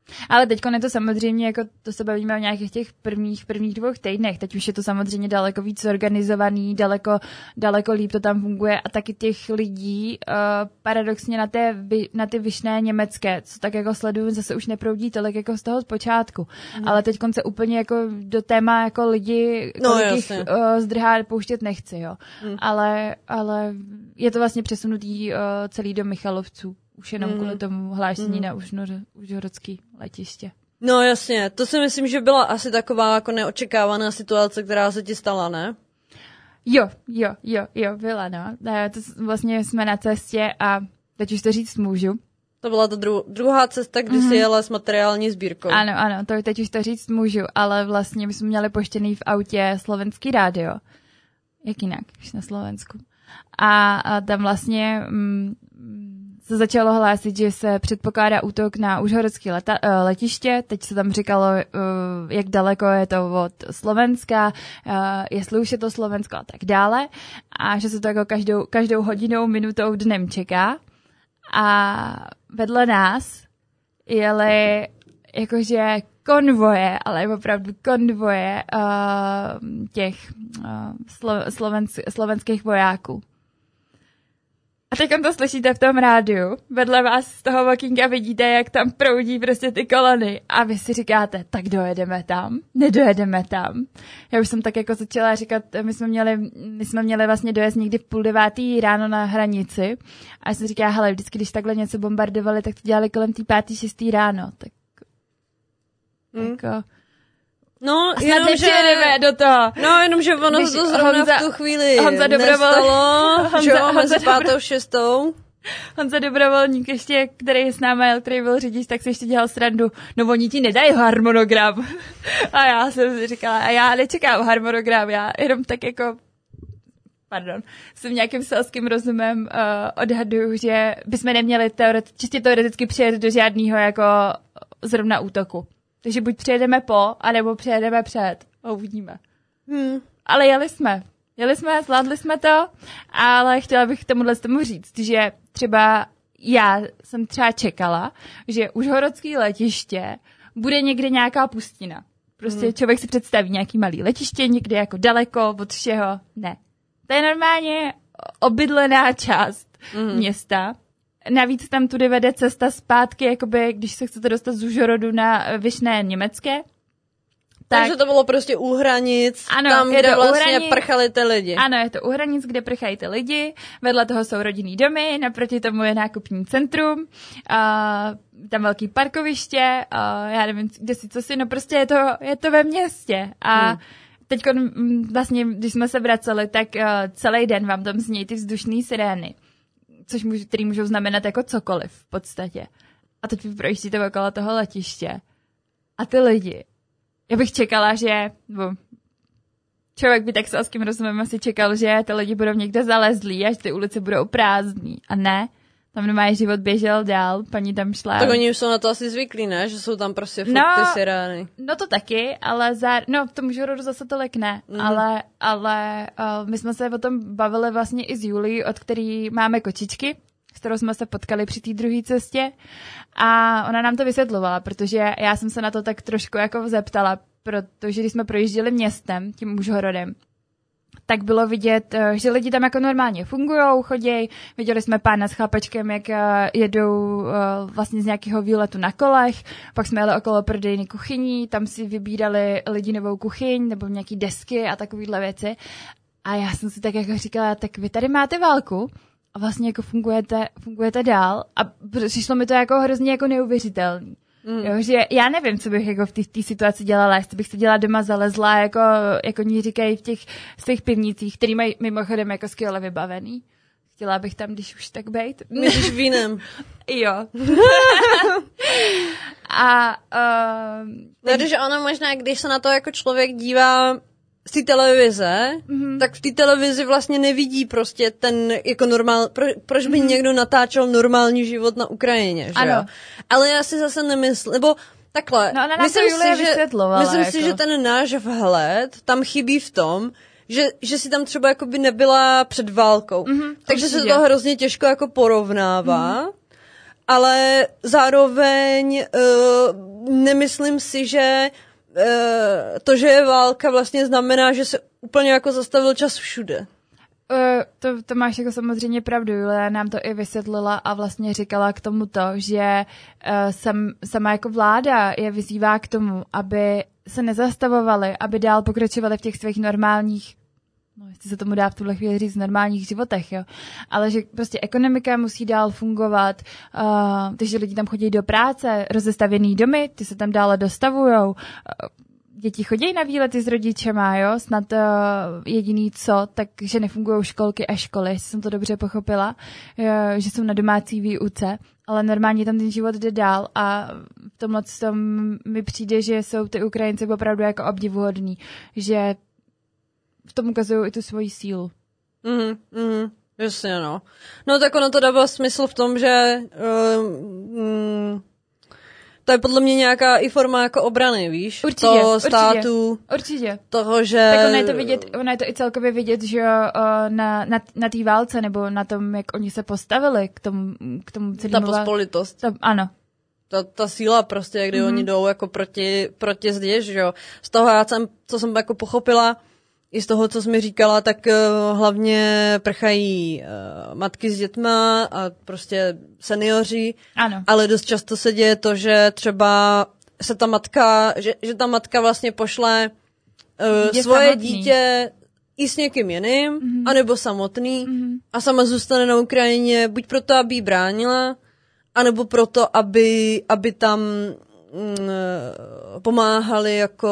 Ale teďko je to samozřejmě, jako to se bavíme o nějakých těch prvních, prvních dvou týdnech, teď už je to samozřejmě daleko víc organizovaný, daleko, daleko líp to tam funguje a taky těch lidí uh, paradoxně na, té, na ty vyšné německé, co tak jako sleduju, zase už neproudí tolik jako z toho zpočátku, mm. ale teď se úplně jako do téma jako lidi, kolik no, jich uh, zdrhá pouštět nechci, jo, mm. ale, ale je to vlastně přesunutý uh, celý do Michalovců. Už jenom mm. kvůli tomu hlášení mm. na užhorodský letiště. No jasně, to si myslím, že byla asi taková jako neočekávaná situace, která se ti stala, ne? Jo, jo, jo, jo, byla, no. To vlastně jsme na cestě a teď už to říct můžu. To byla ta dru- druhá cesta, kdy mm-hmm. jsi jela s materiální sbírkou. Ano, ano, to teď už to říct můžu, ale vlastně my jsme měli poštěný v autě slovenský rádio. Jak jinak, už na Slovensku. A, a tam vlastně... Mm, se začalo hlásit, že se předpokládá útok na užhorodské leta, letiště. Teď se tam říkalo, jak daleko je to od Slovenska, jestli už je to Slovensko a tak dále. A že se to jako každou, každou hodinou, minutou, dnem čeká. A vedle nás jeli jakože konvoje, ale opravdu konvoje těch slovenských vojáků. A teď to slyšíte v tom rádiu, vedle vás z toho walkinga vidíte, jak tam proudí prostě ty kolony a vy si říkáte, tak dojedeme tam, nedojedeme tam. Já už jsem tak jako začala říkat, my jsme měli, my jsme měli vlastně dojezd někdy v půl devátý ráno na hranici a já jsem říkala, hele, vždycky, když takhle něco bombardovali, tak to dělali kolem tý pátý, šestý ráno, tak hmm. jako... No, jenom, že... do toho. No, jenom, že ono Když to zrovna Honza, v tu chvíli Honza nestalo, Honza, že jo, Honza mezi pátou šestou. Honza Dobrovolník ještě, který s námi jel, který byl řidič, tak si ještě dělal srandu, no oni ti nedají harmonogram. A já jsem si říkala, a já nečekám harmonogram, já jenom tak jako, pardon, jsem nějakým selským rozumem uh, odhaduju, že bychom neměli teoret, čistě teoreticky přijet do žádného jako zrovna útoku. Takže buď přijedeme po, anebo přijedeme před. Uvidíme. Hmm. Ale jeli jsme. Jeli jsme, zvládli jsme to, ale chtěla bych tomuhle tomu říct, že třeba já jsem třeba čekala, že užhorodský letiště bude někde nějaká pustina. Prostě hmm. člověk si představí nějaký malý letiště, někde jako daleko od všeho. Ne. To je normálně obydlená část hmm. města. Navíc tam tudy vede cesta zpátky, jakoby, když se chcete dostat z Užhorodu na Vyšné německé. Tak... Takže to bylo prostě u hranic, ano, tam, je kde to vlastně hranic, prchali ty lidi. Ano, je to u hranic, kde prchají ty lidi, vedle toho jsou rodinný domy, naproti tomu je nákupní centrum, a tam velký parkoviště, a já nevím, kde si co si, no prostě je to, je to ve městě. A hmm. teď vlastně, když jsme se vraceli, tak uh, celý den vám tam zní ty vzdušný sirény. Což můžu, který můžou znamenat jako cokoliv v podstatě. A teď vy projíždíte okolo toho letiště. A ty lidi. Já bych čekala, že... Bo, člověk by tak selským rozumem asi čekal, že ty lidi budou někde zalezlí, až ty ulice budou prázdný. A ne. Tam normálně život běžel dál, paní tam šla. Tak oni už jsou na to asi zvyklí, ne? Že jsou tam prostě furt no, ty sirény. No to taky, ale za... No, v tom Užhorodu zase tolik ne. Mm. Ale, ale uh, my jsme se o tom bavili vlastně i s Julí, od který máme kočičky, s kterou jsme se potkali při té druhé cestě. A ona nám to vysvětlovala, protože já jsem se na to tak trošku jako zeptala, protože když jsme projížděli městem, tím Užhorodem, tak bylo vidět, že lidi tam jako normálně fungujou, chodějí. Viděli jsme pána s chlapačkem, jak jedou vlastně z nějakého výletu na kolech. Pak jsme jeli okolo prodejny kuchyní, tam si vybírali lidi novou kuchyň nebo nějaký desky a takovýhle věci. A já jsem si tak jako říkala, tak vy tady máte válku a vlastně jako fungujete, fungujete dál. A přišlo mi to jako hrozně jako neuvěřitelný. Mm. Jo, že já nevím, co bych jako v té situaci dělala, jestli bych se dělala doma zalezla, jako, jako ní říkají v těch svých pivnicích, který mají mimochodem jako skvěle vybavený. Chtěla bych tam, když už tak bejt. Myslíš vínem. Jo. A... Uh, no, když ono možná, když se na to jako člověk dívá z té televize, mm-hmm. tak v té televizi vlastně nevidí prostě ten jako normál, pro, proč by mm-hmm. někdo natáčel normální život na Ukrajině, že ano. jo? Ale já si zase nemyslím, nebo takhle, no, ona myslím, to si, že, myslím jako. si, že ten náš vhled tam chybí v tom, že, že si tam třeba jakoby nebyla před válkou, mm-hmm, takže se to hrozně těžko jako porovnává. Mm-hmm. Ale zároveň uh, nemyslím si, že uh, to, že je válka, vlastně znamená, že se úplně jako zastavil čas všude. Uh, to, to máš jako samozřejmě pravdu, Julia nám to i vysvětlila a vlastně říkala k tomu to, že uh, sam, sama jako vláda je vyzývá k tomu, aby se nezastavovali, aby dál pokračovali v těch svých normálních, no jestli se tomu dá v tuhle chvíli říct, normálních životech, jo, ale že prostě ekonomika musí dál fungovat, uh, takže lidi tam chodí do práce, rozestavěný domy, ty se tam dále dostavujou, uh, děti chodí na výlety s rodičema, jo, snad uh, jediný co, takže nefungují školky a školy, jestli jsem to dobře pochopila, uh, že jsou na domácí výuce, ale normálně tam ten život jde dál a v tomhle tom mi přijde, že jsou ty Ukrajinci opravdu jako obdivuhodní, že v tom ukazují i tu svoji sílu. Mhm, mhm, jasně, no. No tak ono to dává smysl v tom, že uh, mm, to je podle mě nějaká i forma jako obrany, víš? Určitě, toho státu, určitě, určitě. Toho, že... Tak ono je to vidět, ono je to i celkově vidět, že uh, na, na, na té válce, nebo na tom, jak oni se postavili k tomu, k tomu celému... Ta pospolitost. Ta, ano. Ta, ta síla prostě, kdy mm-hmm. oni jdou jako proti, proti zdi, že jo. Z toho já jsem, co jsem jako pochopila, i z toho, co jsi mi říkala, tak uh, hlavně prchají uh, matky s dětma a prostě seniori. Ano. Ale dost často se děje to, že třeba se ta matka, že, že ta matka vlastně pošle uh, dítě svoje samotný. dítě i s někým jiným, mm-hmm. anebo samotný Mm-hmm. a sama zůstane na Ukrajině buď proto, aby ji bránila, anebo proto, aby, aby tam pomáhali jako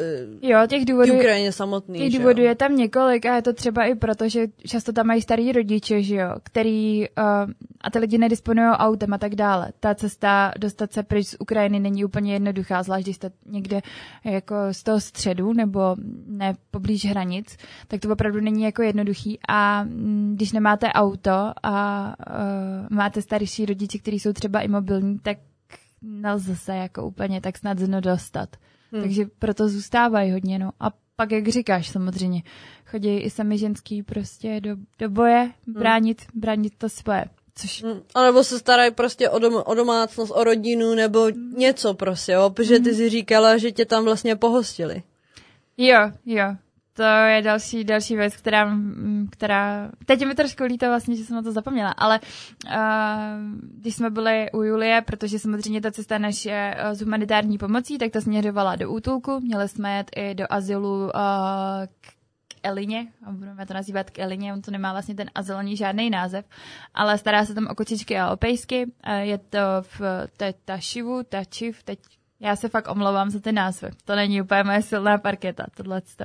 jo, těch důvodů, Ukrajině samotný. Těch důvodů je tam několik a je to třeba i proto, že často tam mají starý rodiče, že jo, který uh, a ty lidi nedisponují autem a tak dále. Ta cesta dostat se pryč z Ukrajiny není úplně jednoduchá, zvlášť když jste někde jako z toho středu nebo ne poblíž hranic, tak to opravdu není jako jednoduchý a mm, když nemáte auto a uh, máte starší rodiče, kteří jsou třeba imobilní, tak nelze se jako úplně tak snadno dostat. Hmm. Takže proto zůstávají hodně, no. A pak, jak říkáš, samozřejmě, chodí i sami ženský prostě do, do boje, bránit, hmm. bránit to svoje. Což... Hmm. A nebo se starají prostě o, dom, o domácnost, o rodinu, nebo hmm. něco prostě, jo, protože ty si říkala, že tě tam vlastně pohostili. Jo, jo. To je další, další věc, která, která... Teď mi trošku líto vlastně, že jsem na to zapomněla, ale uh, když jsme byli u Julie, protože samozřejmě ta cesta naše uh, z humanitární pomocí, tak ta směřovala do útulku. Měli jsme jet i do azylu uh, k, k Elině, a budeme to nazývat k Elině, on to nemá vlastně ten azyl ani žádný název, ale stará se tam o kočičky a o pejsky. Uh, je to v té Tašivu, Tačiv, teď já se fakt omlouvám za ty názvy. To není úplně moje silná parketa, tohleto.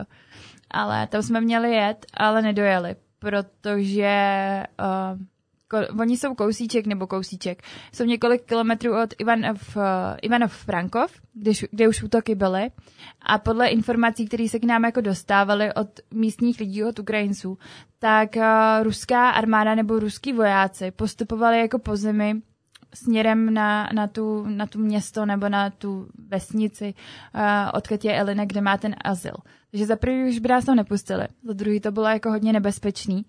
Ale tam jsme měli jet, ale nedojeli, protože uh, ko, oni jsou kousíček nebo kousíček. Jsou několik kilometrů od Ivanov, uh, Ivanov Frankov, kde, kde už útoky byly. A podle informací, které se k nám jako dostávaly od místních lidí, od Ukrajinců, tak uh, ruská armáda nebo ruský vojáci postupovali jako po zemi směrem na, na, tu, na tu město nebo na tu vesnici, uh, odkud je Elina, kde má ten azyl. Takže za prvý už by nás tam nepustili, za druhý to bylo jako hodně nebezpečný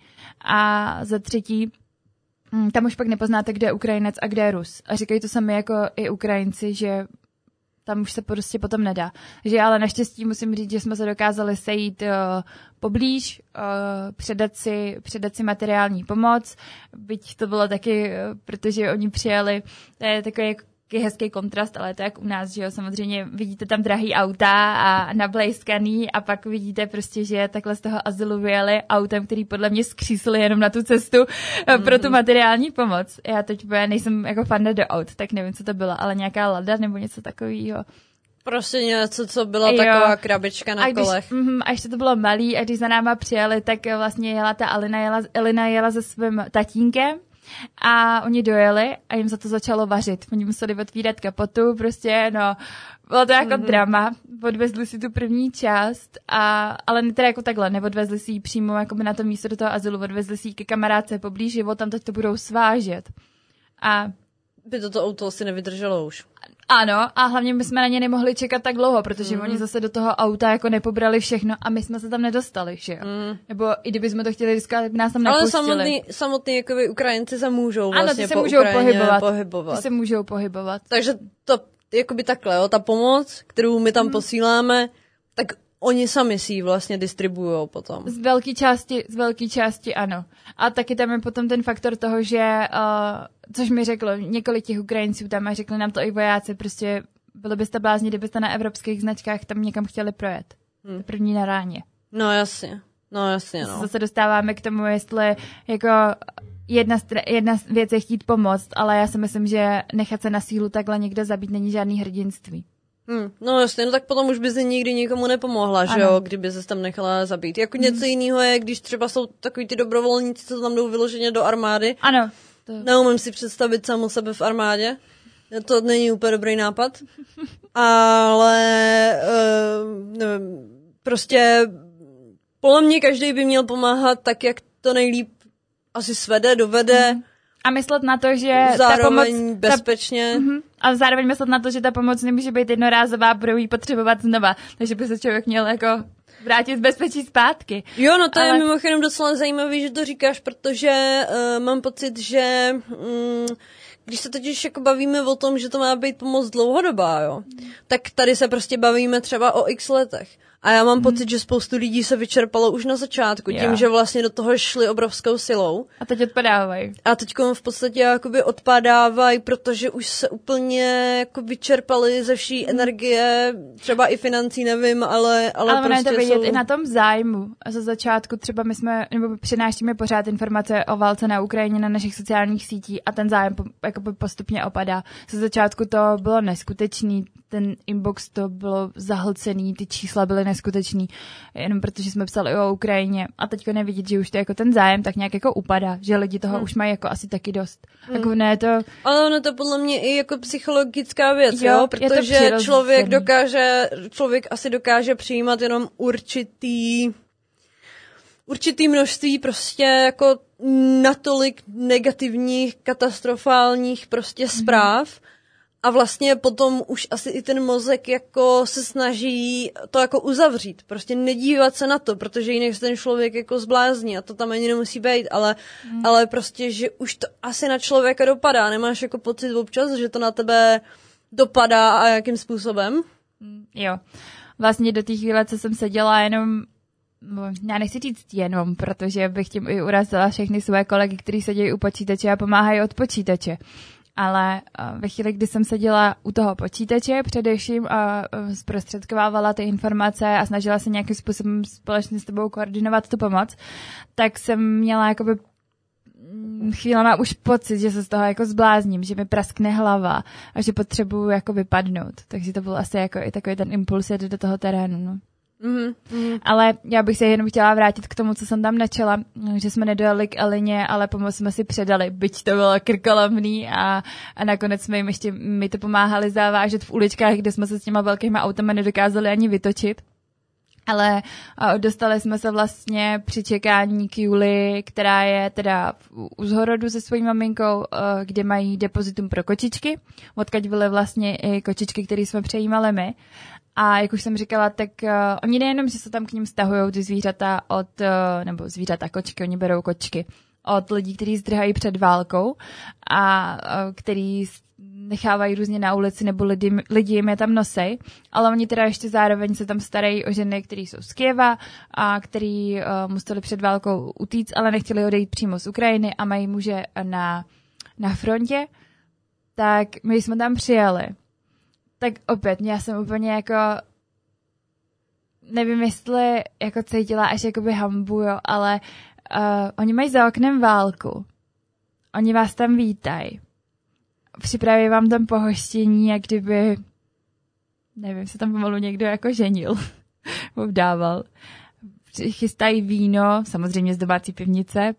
a za třetí hm, tam už pak nepoznáte, kde je Ukrajinec a kde je Rus. A říkají to sami jako i Ukrajinci, že tam už se prostě potom nedá. Že ale naštěstí musím říct, že jsme se dokázali sejít uh, poblíž, uh, předat, si, předat si materiální pomoc, byť to bylo taky, uh, protože oni přijeli, to je takový hezký kontrast, ale to jak u nás, že jo, samozřejmě vidíte tam drahý auta a nablejskaný a pak vidíte prostě, že takhle z toho azylu vyjeli autem, který podle mě skřísili jenom na tu cestu mm-hmm. pro tu materiální pomoc. Já teď nejsem jako fanda do aut, tak nevím, co to bylo, ale nějaká Lada nebo něco takového. Prostě něco, co byla jo. taková krabička na a když, kolech. Mm, a ještě to bylo malý a když za náma přijeli, tak vlastně jela ta Alina, jela, Elina jela se svým tatínkem a oni dojeli a jim za to začalo vařit. Oni museli otvírat kapotu, prostě, no, bylo to jako mm-hmm. drama. Odvezli si tu první část, a, ale ne teda jako takhle, neodvezli si ji přímo jako by na to místo do toho azylu, odvezli si ji ke kamarádce poblíž, že tam teď to budou svážet. A by toto auto asi nevydrželo už. Ano, a hlavně my jsme na ně nemohli čekat tak dlouho, protože mm. oni zase do toho auta jako nepobrali všechno a my jsme se tam nedostali, že jo? Mm. Nebo i kdybychom to chtěli říkat, tak by nás tam nepustili. Ale samotný, samotný jakoby Ukrajinci se můžou vlastně ano, ty se po můžou Ukrajině pohybovat. pohybovat. Ty se můžou pohybovat. Takže to jakoby takhle, jo, ta pomoc, kterou my tam mm. posíláme, tak oni sami si ji vlastně distribujou potom. Z velké části, z velké části ano. A taky tam je potom ten faktor toho, že, uh, což mi řeklo několik těch Ukrajinců tam a řekli nám to i vojáci, prostě bylo byste blázni, kdybyste na evropských značkách tam někam chtěli projet. Hmm. První na ráně. No jasně, no jasně, no. Zase dostáváme k tomu, jestli jako jedna, jedna věc je chtít pomoct, ale já si myslím, že nechat se na sílu takhle někde zabít není žádný hrdinství. Hmm, no jasně, no tak potom už by si nikdy nikomu nepomohla, ano. Že jo, kdyby se tam nechala zabít. Jako něco hmm. jiného je, když třeba jsou takový ty dobrovolníci, co tam jdou vyloženě do armády. Ano. To... Neumím si představit samu sebe v armádě. To není úplně dobrý nápad. Ale uh, nevím, prostě podle mě každý by měl pomáhat tak, jak to nejlíp asi svede, dovede. Hmm. A myslet na to, že zároveň ta pomoc, bezpečně. Ta, uh-huh. A zároveň myslet na to, že ta pomoc nemůže být jednorázová, budou ji potřebovat znova. Takže by se člověk měl jako vrátit z bezpečí zpátky. Jo, no to Ale... je mimochodem docela zajímavý, že to říkáš, protože uh, mám pocit, že um, když se totiž jako bavíme o tom, že to má být pomoc dlouhodobá, jo, mm. tak tady se prostě bavíme třeba o x letech. A já mám mm. pocit, že spoustu lidí se vyčerpalo už na začátku, tím, yeah. že vlastně do toho šli obrovskou silou. A teď odpadávají. A teď v podstatě jakoby odpadávají, protože už se úplně jako vyčerpali ze vší mm. energie, třeba i financí, nevím, ale ale, ale prostě to vidět jsou... i na tom zájmu. A za začátku třeba my jsme, nebo přinášíme pořád informace o válce na Ukrajině na našich sociálních sítích a ten zájem jakoby postupně opadá. Za začátku to bylo neskutečný, ten inbox to bylo zahlcený, ty čísla byly neskutečný, jenom protože jsme psali o Ukrajině a teďko nevidět, že už to jako ten zájem tak nějak jako upadá, že lidi toho hmm. už mají jako asi taky dost. Hmm. Jako ne to... Ale ono to podle mě i jako psychologická věc, jo, jo? Protože člověk dokáže, člověk asi dokáže přijímat jenom určitý určitý množství prostě jako natolik negativních, katastrofálních prostě zpráv, hmm. A vlastně potom už asi i ten mozek jako se snaží to jako uzavřít. Prostě nedívat se na to, protože jinak se ten člověk jako zblázní a to tam ani nemusí být, ale, mm. ale prostě, že už to asi na člověka dopadá. Nemáš jako pocit občas, že to na tebe dopadá a jakým způsobem? Mm, jo. Vlastně do té chvíle, co jsem seděla jenom, já nechci říct jenom, protože bych tím i urazila všechny své kolegy, kteří sedějí u počítače a pomáhají od počítače. Ale ve chvíli, kdy jsem seděla u toho počítače především a zprostředkovávala ty informace a snažila se nějakým způsobem společně s tebou koordinovat tu pomoc, tak jsem měla jakoby chvílema už pocit, že se z toho jako zblázním, že mi praskne hlava a že potřebuju jako vypadnout. Takže to byl asi jako i takový ten impuls jít do toho terénu, no. Mm-hmm. Ale já bych se jenom chtěla vrátit k tomu, co jsem tam načala, že jsme nedojeli k Elině, ale pomoc jsme si předali, byť to bylo krkolomný a, a nakonec jsme jim ještě mi to pomáhali zavážet v uličkách, kde jsme se s těma velkýma autama nedokázali ani vytočit. Ale dostali jsme se vlastně při čekání k Juli, která je teda v Uzhorodu se svojí maminkou, kde mají depozitum pro kočičky, odkud byly vlastně i kočičky, které jsme přejímali my. A jak už jsem říkala, tak uh, oni nejenom, že se tam k ním stahujou ty zvířata od, uh, nebo zvířata kočky, oni berou kočky od lidí, kteří zdrhají před válkou a uh, který nechávají různě na ulici nebo lidi, lidi jim je tam nosej, ale oni teda ještě zároveň se tam starají o ženy, které jsou z Kyjeva a který uh, museli před válkou utíct, ale nechtěli odejít přímo z Ukrajiny a mají muže na, na frontě, tak my jsme tam přijeli. Tak opět, já jsem úplně jako, nevím, jestli jako cítila až jakoby hambu, jo, ale uh, oni mají za oknem válku. Oni vás tam vítají. Připraví vám tam pohoštění, jak kdyby, nevím, se tam pomalu někdo jako ženil. Vdával. Chystají víno, samozřejmě z domácí pivnice.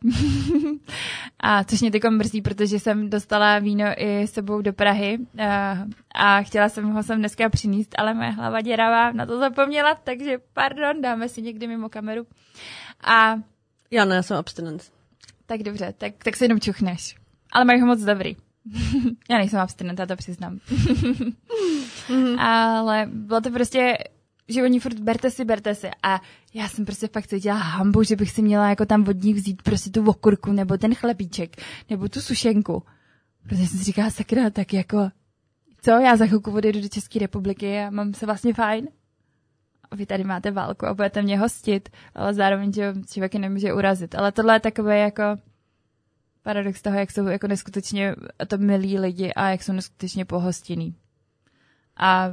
A což mě tyko mrzí, protože jsem dostala víno i s sebou do Prahy a, a chtěla jsem ho sem dneska přinést, ale moje hlava děravá na to zapomněla, takže pardon, dáme si někdy mimo kameru. A já ne, já jsem abstinent. Tak dobře, tak, tak si jenom čuchneš. Ale mají ho moc dobrý. Já nejsem abstinent, já to přiznám. Mm-hmm. Ale bylo to prostě, že oni furt berte si, berte si. A já jsem prostě fakt cítila hambu, že bych si měla jako tam od nich vzít prostě tu okurku, nebo ten chlebíček, nebo tu sušenku. Protože jsem si říkala, sakra, tak jako, co, já za chvilku odjedu do České republiky a mám se vlastně fajn. A vy tady máte válku a budete mě hostit, ale zároveň že člověk nemůže urazit. Ale tohle je takové jako paradox toho, jak jsou jako neskutečně to milí lidi a jak jsou neskutečně pohostinný. A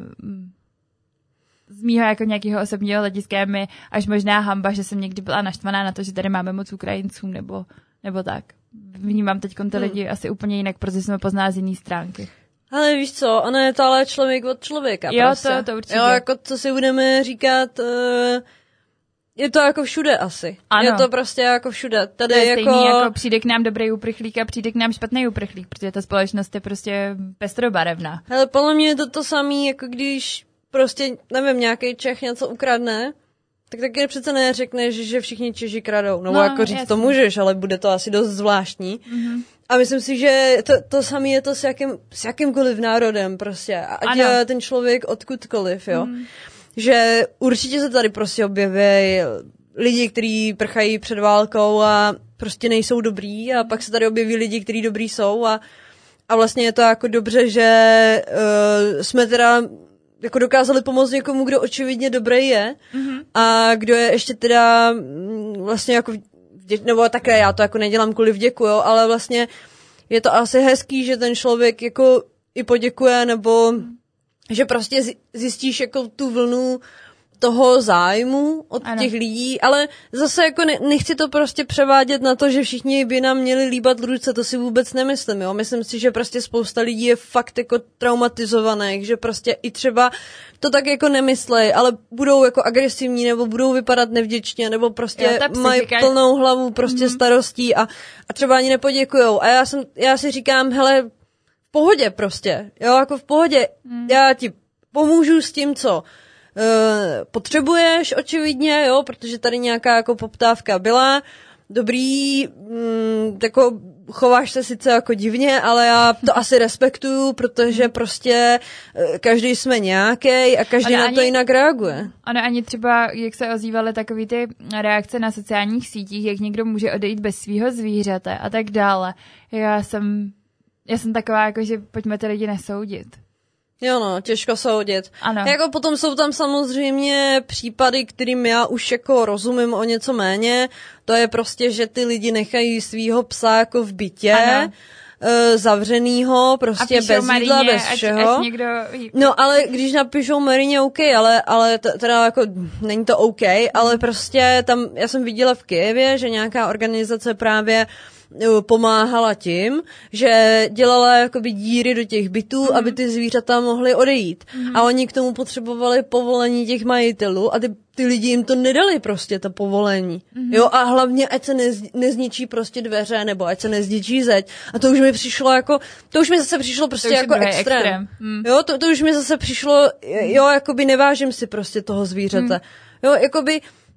z mýho jako nějakého osobního hlediska je mi až možná hamba, že jsem někdy byla naštvaná na to, že tady máme moc Ukrajinců nebo, nebo tak. Vnímám teď ty lidi hmm. asi úplně jinak, protože jsme poznala z jiný stránky. Ale víš co, ono je to ale člověk od člověka. Jo, prostě. to, to určitě. Jo, jako co si budeme říkat, uh, je to jako všude asi. Ano. Je to prostě jako všude. Tady to je jako... stejný, jako přijde k nám dobrý uprchlík a přijde k nám špatný uprchlík, protože ta společnost je prostě pestrobarevná. Hele, podle mě je to to samé, jako když prostě, nevím, nějaký Čech něco ukradne, tak taky přece neřekneš, že všichni Češi kradou. No, no jako říct jasný. To můžeš, ale bude to asi dost zvláštní. Mm-hmm. A myslím si, že to, to samé je to s, jakým, s jakýmkoliv národem prostě. Ať je ten člověk odkudkoliv, jo. Mm. Že určitě se tady prostě objeví lidi, kteří prchají před válkou a prostě nejsou dobrý a pak se tady objeví lidi, kteří dobrý jsou a, a vlastně je to jako dobře, že uh, jsme teda jako dokázali pomoct někomu, kdo očividně dobrý je mm-hmm. a kdo je ještě teda vlastně jako vděk, nebo takhle, já to jako nedělám kvůli vděku, jo, ale vlastně je to asi hezký, že ten člověk jako i poděkuje, nebo že prostě zjistíš jako tu vlnu toho zájmu od ano. těch lidí, ale zase jako ne, nechci to prostě převádět na to, že všichni by nám měli líbat ruce, to si vůbec nemyslím, jo. Myslím si, že prostě spousta lidí je fakt jako traumatizovaných, že prostě i třeba to tak jako nemyslej, ale budou jako agresivní, nebo budou vypadat nevděčně, nebo prostě jo, mají plnou hlavu prostě mm-hmm. starostí a, a třeba ani nepoděkujou. A já jsem, já si říkám, hele, v pohodě prostě, jo, jako v pohodě, mm. já ti pomůžu s tím, co Uh, potřebuješ očividně, jo, protože tady nějaká jako poptávka byla, dobrý, mm, jako chováš se sice jako divně, ale já to asi respektuju, protože prostě uh, každý jsme nějaký a každý na to jinak reaguje. Ano, ani třeba, jak se ozývaly takový ty reakce na sociálních sítích, jak někdo může odejít bez svýho zvířete a tak dále. Já jsem, já jsem taková, jako, že pojďme ty lidi nesoudit. Jo no, těžko soudit. Ano. Jako potom jsou tam samozřejmě případy, kterým já už jako rozumím o něco méně. To je prostě, že ty lidi nechají svýho psa jako v bytě, ano. Uh, zavřenýho, prostě bez jídla, bez ať, všeho. Ať někdo... No ale když napíšou Marině OK, ale, ale t- teda jako není to OK, ale prostě tam, já jsem viděla v Kyjevě, že nějaká organizace právě pomáhala tím, že dělala jakoby díry do těch bytů, mm. aby ty zvířata mohly odejít. Mm. A oni k tomu potřebovali povolení těch majitelů a ty, ty lidi jim to nedali prostě, to povolení. Mm. Jo, a hlavně ať se nez, nezničí prostě dveře, nebo ať se nezničí zeď. A to už mi přišlo jako, to už mi zase přišlo prostě jako extrém. extrém. Mm. Jo, to, to už mi zase přišlo, jo, jakoby nevážím si prostě toho zvířete. Mm. Jo, jakoby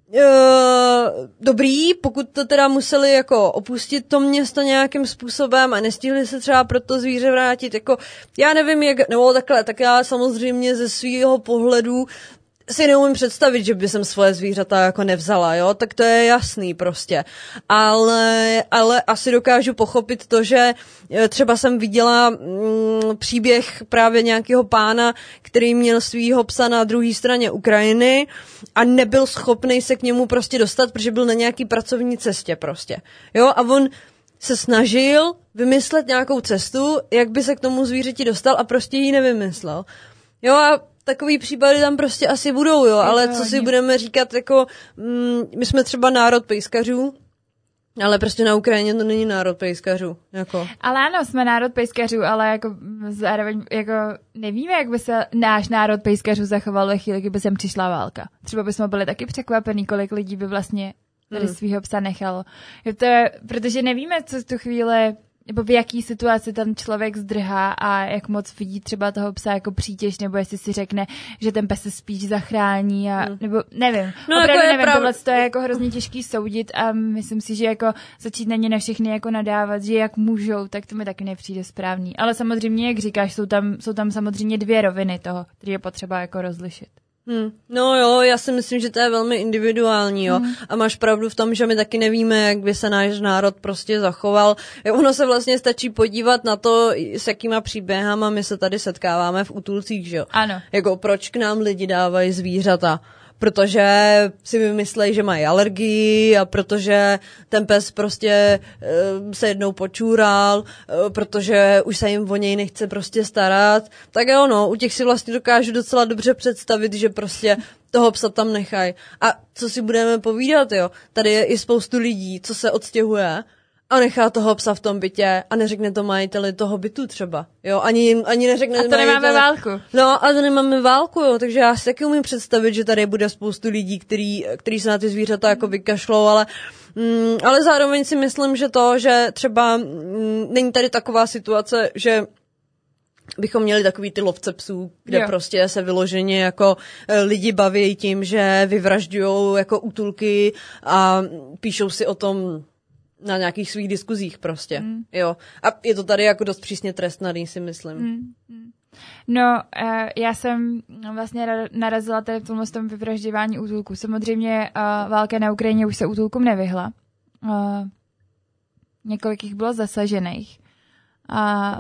Uh, dobrý, pokud to teda museli jako opustit to město nějakým způsobem a nestihli se třeba pro to zvíře vrátit, jako já nevím jak, nebo takhle, tak já samozřejmě ze svého pohledu si neumím představit, že by jsem svoje zvířata jako nevzala, jo, tak to je jasný prostě, ale, ale asi dokážu pochopit to, že třeba jsem viděla mm, příběh právě nějakého pána, který měl svýho psa na druhé straně Ukrajiny a nebyl schopný se k němu prostě dostat, protože byl na nějaký pracovní cestě prostě, jo, a on se snažil vymyslet nějakou cestu, jak by se k tomu zvířeti dostal a prostě ji nevymyslel, jo, a takový případy tam prostě asi budou, jo, ale co si budeme říkat, jako, mm, my jsme třeba národ pejskařů, ale prostě na Ukrajině to není národ pejskařů, jako. Ale ano, jsme národ pejskařů, ale jako zároveň, jako nevíme, jak by se náš národ pejskařů zachoval ve chvíli, kdyby sem přišla válka. Třeba bychom byli taky překvapený, kolik lidí by vlastně tady hmm. svýho psa nechalo. Je to, protože nevíme, co v tu chvíli, nebo v jaký situaci ten člověk zdrhá a jak moc vidí třeba toho psa jako přítěž, nebo jestli si řekne, že ten pes se spíš zachrání, a, hmm. nebo nevím. No, opravdu jako nevím, prav... tohle to je jako hrozně těžký soudit a myslím si, že jako začít na ně na všechny jako nadávat, že jak můžou, tak to mi taky nepřijde správný. Ale samozřejmě, jak říkáš, jsou tam, jsou tam samozřejmě dvě roviny toho, které je potřeba jako rozlišit. Hmm. No jo, já si myslím, že to je velmi individuální, jo. Hmm. A máš pravdu v tom, že my taky nevíme, jak by se náš národ prostě zachoval. Ono se vlastně stačí podívat na to, s jakýma příběhama my se tady setkáváme v útulcích, že jo. Ano. Jako proč k nám lidi dávají zvířata. Protože si vymyslejí, že mají alergii a protože ten pes prostě uh, se jednou počůral, uh, protože už se jim o něj nechce prostě starat. Tak jo, no, u těch si vlastně dokážu docela dobře představit, že prostě toho psa tam nechají. A co si budeme povídat, jo? Tady je i spoustu lidí, co se odstěhuje a nechá toho psa v tom bytě a neřekne to majiteli toho bytu třeba, jo, ani, ani neřekne... A to majiteli... nemáme válku. No, a to nemáme válku, jo, takže já si taky umím představit, že tady bude spoustu lidí, který, který se na ty zvířata jako vykašlou, ale, mm, ale zároveň si myslím, že to, že třeba mm, není tady taková situace, že bychom měli takový ty lovce psů, kde jo. prostě se vyloženě jako lidi baví tím, že vyvražďujou jako útulky a píšou si o tom na nějakých svých diskuzích prostě, mm. jo. A je to tady jako dost přísně trestnaný, si myslím. Mm. No, uh, já jsem vlastně narazila tady v tomhle tom vyvražďování útulků. Samozřejmě uh, válka na Ukrajině už se útulkům nevyhla. Uh, několik jich bylo zasažených. A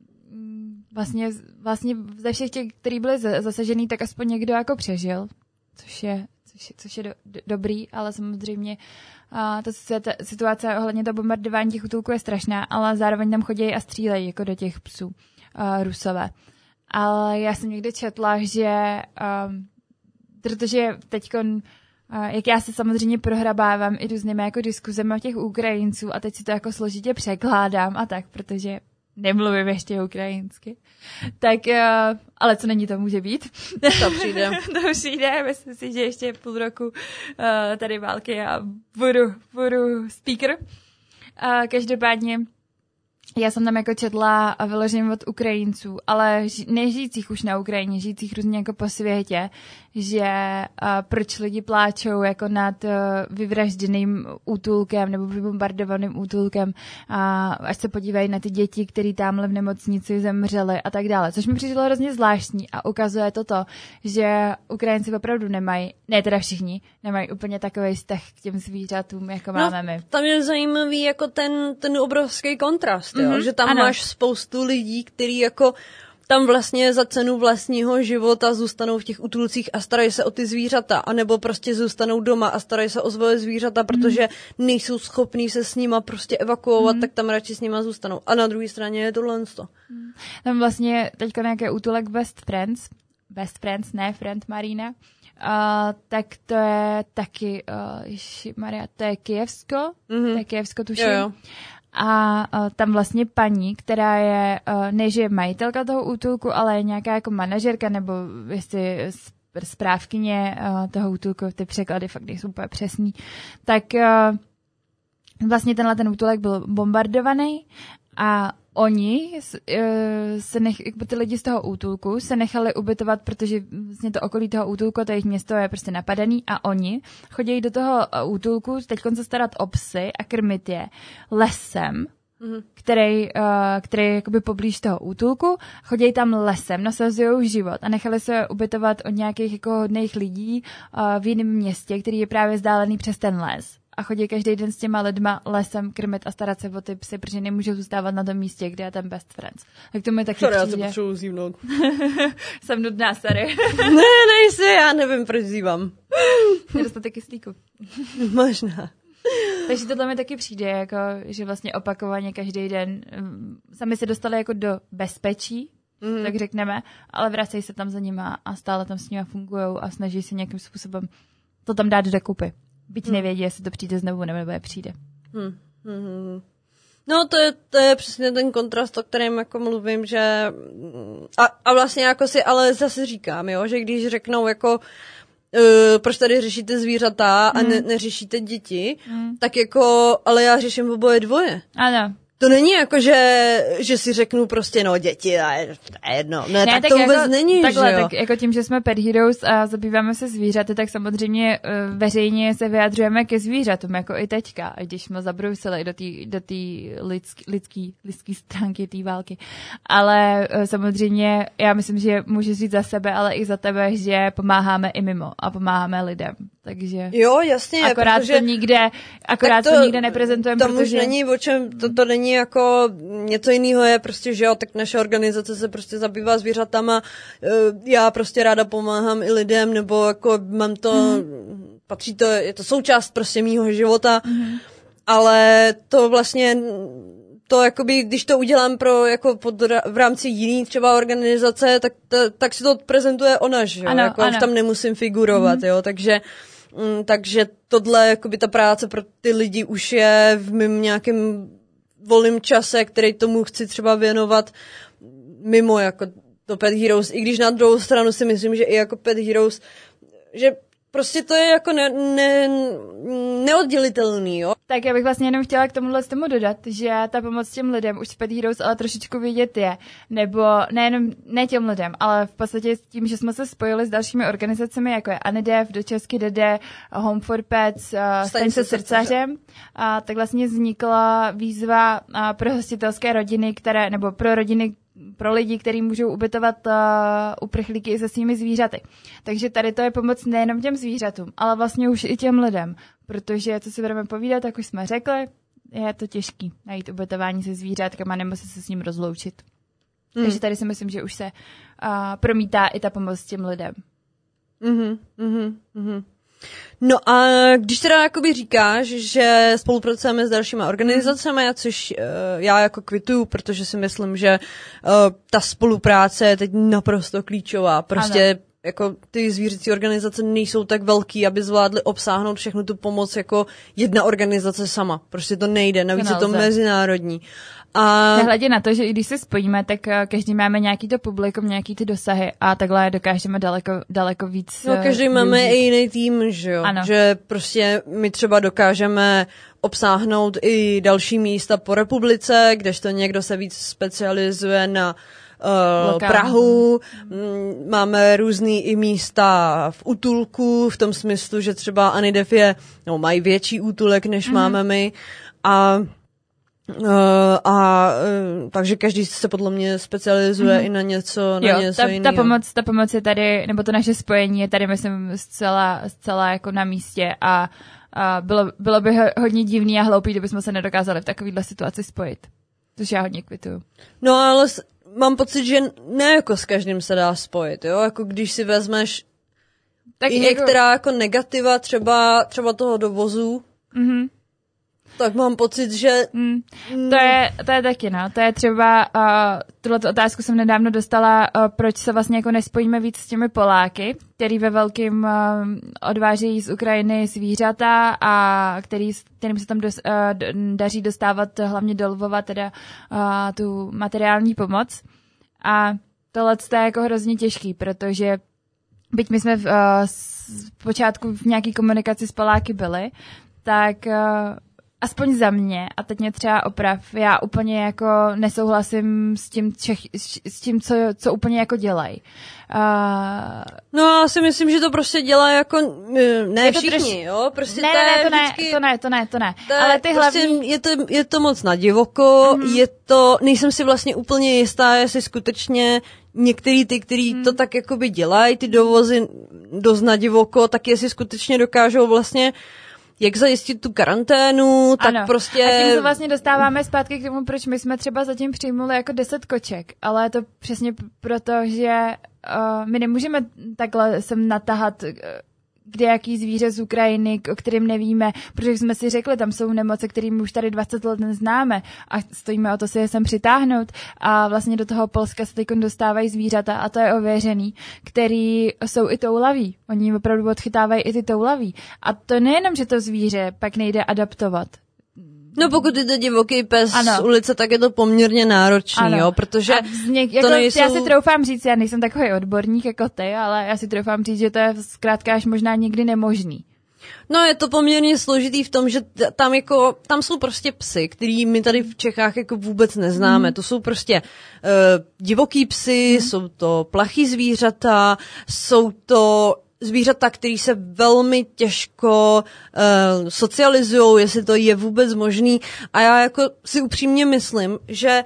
vlastně, vlastně ze všech těch, kteří byli zasažený, tak aspoň někdo jako přežil, což je, což je, což je do, do, dobrý, ale samozřejmě a ta situace ohledně toho bombardování těch útulků je strašná, ale zároveň tam chodí a střílejí jako do těch psů a, Rusové. Ale já jsem někde četla, že um, protože teďkon, a, jak já se samozřejmě prohrabávám i různými jako diskuzemi o těch Ukrajinců a teď si to jako složitě překládám a tak, protože nemluvím ještě ukrajinsky. Tak, uh, ale co není, to může být. To přijde. to přijde, myslím si, že ještě půl roku uh, tady války a budu, budu speaker. Uh, každopádně já jsem tam jako četla a vyložením od Ukrajinců, ale ži- nežijících už na Ukrajině, žijících různě jako po světě, že uh, proč lidi pláčou jako nad uh, vyvražděným útulkem nebo vybombardovaným útulkem a až se podívají na ty děti, které tamhle v nemocnici zemřely a tak dále. Což mi přišlo hrozně zvláštní a ukazuje to to, že Ukrajinci opravdu nemají, ne teda všichni, nemají úplně takový vztah k těm zvířatům, jako no, máme my. Tam je zajímavý jako ten, ten obrovský kontrast, jo? Mm-hmm, že tam ano. máš spoustu lidí, kteří jako tam vlastně za cenu vlastního života zůstanou v těch útulcích a starají se o ty zvířata, anebo prostě zůstanou doma a starají se o svoje zvířata, protože mm. nejsou schopní se s nima prostě evakuovat, mm. tak tam radši s nima zůstanou. A na druhé straně je tohle. Mm. Tam vlastně teďka nějaký útulek Best Friends, Best Friends, ne Friend Marina, uh, tak to je taky, uh, Maria, to je Kyjevsko, mm-hmm. to je Kyjevsko tuším. Jo, jo. A uh, tam vlastně paní, která je, uh, než je majitelka toho útulku, ale je nějaká jako manažerka nebo jestli správkyně uh, toho útulku, ty překlady fakt nejsou úplně přesný, tak uh, vlastně tenhle ten útulek byl bombardovaný a oni se nech, ty lidi z toho útulku se nechali ubytovat, protože vlastně to okolí toho útulku, to jejich město je prostě napadený a oni chodí do toho útulku teďkon se starat o psy a krmit je lesem, mm-hmm. který, který je jakoby poblíž toho útulku, chodí tam lesem, nasazují život a nechali se ubytovat od nějakých jako hodných lidí v jiném městě, který je právě vzdálený přes ten les. A chodí každý den s těma lidma lesem krmit a starat se o ty psy, protože nemůžou zůstávat na tom místě, kde je ten best friends. Tak to mi taky Sorry, přijde. já se potřebuji zívnout. Jsem nudná, sorry. ne, nejsi, já nevím, proč zívám. Nedostatek kyslíku. Možná. Takže tohle mi taky přijde, jako, že vlastně opakovaně každý den sami se dostali jako do bezpečí, mm. tak řekneme, ale vracejí se tam za nima a stále tam s nima fungujou a snaží se nějakým způsobem to tam dát dokupy. Byť hmm. nevědí, jestli to přijde znovu, nebo je přijde. Hmm. Hmm. No to je, to je přesně ten kontrast, o kterém jako mluvím, že a, a vlastně jako si ale zase říkám, jo, že když řeknou jako uh, proč tady řešíte zvířata a hmm. ne, neřešíte děti, hmm. tak jako, ale já řeším oboje dvoje. Ano. To není jako, že, že si řeknu prostě, no děti, a je, to je jedno. Ne, ne tak, tak to vůbec jako, není, takhle, že jo? Tak jako tím, že jsme Pet Heroes a zabýváme se zvířaty, tak samozřejmě uh, veřejně se vyjadřujeme ke zvířatům, jako i teďka, i když jsme zabrousili do té do lidský, lidský, lidský stránky té války. Ale uh, samozřejmě já myslím, že můžu říct za sebe, ale i za tebe, že pomáháme i mimo a pomáháme lidem. Takže jo, jasně, akorát protože, to nikde, akorát to, to nikde neprezentujeme, tam protože... už není o čem, to, to není jako něco jiného je prostě, že jo, tak naše organizace se prostě zabývá zvířatama, já prostě ráda pomáhám i lidem, nebo jako mám to, mm. patří to, je to součást prostě mýho života, mm. ale to vlastně to jakoby, když to udělám pro, jako pod, v rámci jiný třeba organizace, tak, t, tak si to prezentuje ona, že jo, ano, jako ano. už tam nemusím figurovat, mm. jo, takže mm, takže tohle, jakoby ta práce pro ty lidi už je v mým nějakém volném čase, který tomu chci třeba věnovat mimo jako to Pet Heroes, i když na druhou stranu si myslím, že i jako Pet Heroes, že prostě to je jako ne, ne, neoddělitelný, jo. Tak já bych vlastně jenom chtěla k tomuhle tomu dodat, že ta pomoc těm lidem už z Pet Heroes ale trošičku vidět je, nebo nejenom ne těm lidem, ale v podstatě s tím, že jsme se spojili s dalšími organizacemi, jako je Anidev, do Česky Dede, Home for Pets, Staň se srdcařem, a tak vlastně vznikla výzva pro hostitelské rodiny, které, nebo pro rodiny, pro lidi, kteří můžou ubytovat uh, uprchlíky i se svými zvířaty. Takže tady to je pomoc nejenom těm zvířatům, ale vlastně už i těm lidem, protože, co si budeme povídat, jak už jsme řekli, je to těžký najít ubytování se zvířátkama, nemusí se s ním rozloučit. Hmm. Takže tady si myslím, že už se uh, promítá i ta pomoc těm lidem. Mhm, mhm, mhm. No a když teda jakoby říkáš, že spolupracujeme s dalšíma organizacemi, což uh, já jako kvituju, protože si myslím, že uh, ta spolupráce je teď naprosto klíčová. Prostě ano. Jako ty zvířecí organizace nejsou tak velký, aby zvládly obsáhnout všechnu tu pomoc jako jedna organizace sama. Prostě to nejde, navíc je to mezinárodní. A... Nehledě na to, že i když se spojíme, tak každý máme nějaký to publikum, nějaký ty dosahy a takhle dokážeme daleko, daleko víc. No, každý využít. Máme i jiný tým, že jo? Ano. Že prostě my třeba dokážeme obsáhnout i další místa po republice, kdežto někdo se víc specializuje na Uh, Prahu, mm, máme různý i místa v útulku, v tom smyslu, že třeba Anidev je, no, mají větší útulek, než mm-hmm. máme my a Uh, a uh, takže každý se podle mě specializuje mm-hmm. i na něco, na jo, něco ta, jiného. Ta pomoc, ta pomoc je tady, nebo to naše spojení je tady, myslím, zcela, zcela jako na místě a, a bylo, bylo by hodně divný a hloupý, kdybychom se nedokázali v takovéhle situaci spojit. Což já hodně kvituju. No ale s, mám pocit, že ne jako s každým se dá spojit, jo, jako když si vezmeš tak i jako... některá jako negativa třeba, třeba toho dovozu, mm-hmm. tak mám pocit, že... Mm, to, je, to je taky, no. To je třeba, uh, tuhle otázku jsem nedávno dostala, uh, proč se vlastně jako nespojíme víc s těmi Poláky, který ve velkým uh, odvážejí z Ukrajiny zvířata a který, kterým se tam dos, uh, daří dostávat, hlavně do Lvova, teda uh, tu materiální pomoc. A tohle je jako hrozně těžký, protože byť my jsme v, uh, v počátku v nějaký komunikaci s Poláky byli, tak... Uh, aspoň za mě, a teď mě třeba oprav, já úplně jako nesouhlasím s tím, čech, s tím co, co úplně jako dělají. Uh, no já si myslím, že to prostě dělá jako, ne všichni, troši... jo, prostě ne, to ne, je to vždycky... ne, to ne, to ne, to ne, to je, ale ty prostě hlavní... Je to, je to moc na divoko, mm-hmm. je to, nejsem si vlastně úplně jistá, jestli skutečně některý ty, který mm. to tak jakoby dělají, ty dovozy dost na divoko, tak jestli skutečně dokážou vlastně jak zajistit tu karanténu, tak ano. prostě... A tím se vlastně dostáváme zpátky k tomu, proč my jsme třeba zatím přijmuli jako deset koček, ale je to přesně proto, že uh, my nemůžeme takhle sem natahat uh, kde jaký zvíře z Ukrajiny, o kterým nevíme, protože jsme si řekli, tam jsou nemoce, kterými už tady dvacet let neznáme a stojíme o to si je sem přitáhnout a vlastně do toho Polska se teď dostávají zvířata a to je ověřený, který jsou i toulaví. Oni opravdu odchytávají i ty toulaví. A to nejenom, že to zvíře pak nejde adaptovat. No pokud je to divoký pes ano. z ulice, tak je to poměrně náročný, ano. jo, protože vznik, jako, to nejsou... Já si troufám říct, já nejsem takový odborník jako ty, ale já si troufám říct, že to je zkrátka až možná někdy nemožný. No je to poměrně složitý v tom, že t- tam jako, tam jsou prostě psy, který my tady v Čechách jako vůbec neznáme. Mm. To jsou prostě uh, divoký psy, mm. jsou to plachý zvířata, jsou to zvířata, které se velmi těžko uh, socializujou, jestli to je vůbec možný. A já jako si upřímně myslím, že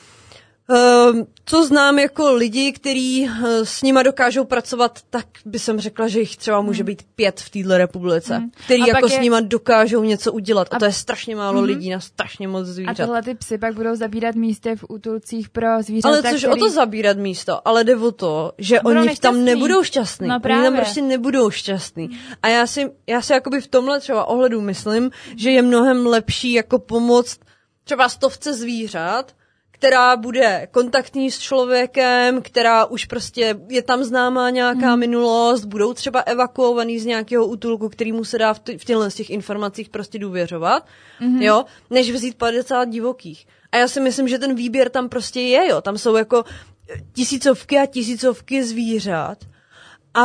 Uh, co znám jako lidi, kteří uh, s nima dokážou pracovat, tak by jsem řekla, že jich třeba může být pět v této republice, hmm. který jako je... s nima dokážou něco udělat. A, a to je strašně málo mm-hmm. lidí na strašně moc zvířat. A tohle ty psy pak budou zabírat místy v útulcích pro zvířata, Ale což který... o to zabírat místo, ale jde o to, že oni nešťastný. Tam nebudou šťastní. No oni tam prostě nebudou šťastní. Hmm. A já si, já si jakoby v tomhle třeba ohledu myslím, že je mnohem lepší jako pomoct třeba stovce zvířat, která bude kontaktní s člověkem, která už prostě je tam známá nějaká mm. minulost, budou třeba evakuovaný z nějakého útulku, kterýmu se dá v, t- v těchto z těch informacích prostě důvěřovat, mm. jo, než vzít padesát divokých. A já si myslím, že ten výběr tam prostě je, jo, tam jsou jako tisícovky a tisícovky zvířat a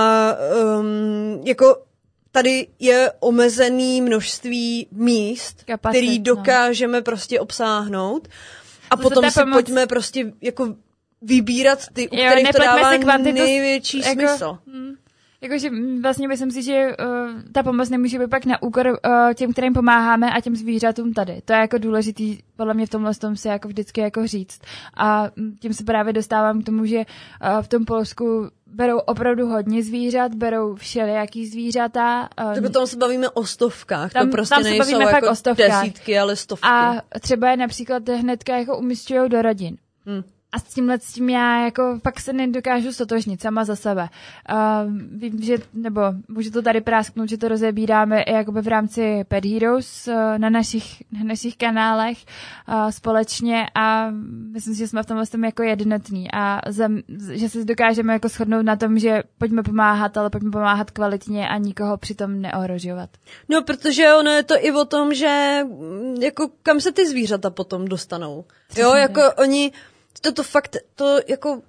um, jako tady je omezený množství míst, Kapacit, který dokážeme no. prostě obsáhnout. A to potom si pomoc... pojďme prostě jako vybírat ty, u jo, kterých to dává kvantitu, největší jako, smysl. Mm, jakože vlastně myslím si, že uh, ta pomoc nemůže být pak na úkor uh, těm, kterým pomáháme a těm zvířatům tady. To je jako důležitý podle mě v tomhle tom si jako vždycky jako říct. A tím se právě dostávám k tomu, že uh, v tom Polsku berou opravdu hodně zvířat, berou všelijaký zvířata. Tak o tom se bavíme o stovkách, tam, to prostě tam nejsou se jako o desítky, ale stovky. A třeba je například hnedka jako umísťujou do rodin. Hmm. A s tímhle s tím já jako fakt se nedokážu stotožnit sama za sebe. Uh, vím, že, nebo můžu to tady prásknout, že to rozebíráme i jakoby v rámci Pet Heroes uh, na našich, na našich kanálech uh, společně a myslím si, že jsme v tomhle tom jako jednotní a zem, že se dokážeme jako shodnout na tom, že pojďme pomáhat, ale pojďme pomáhat kvalitně a nikoho přitom neohrožovat. No, protože ono je to i o tom, že jako kam se ty zvířata potom dostanou. Přesně jo, jako tak. Oni Toto fakt, to jako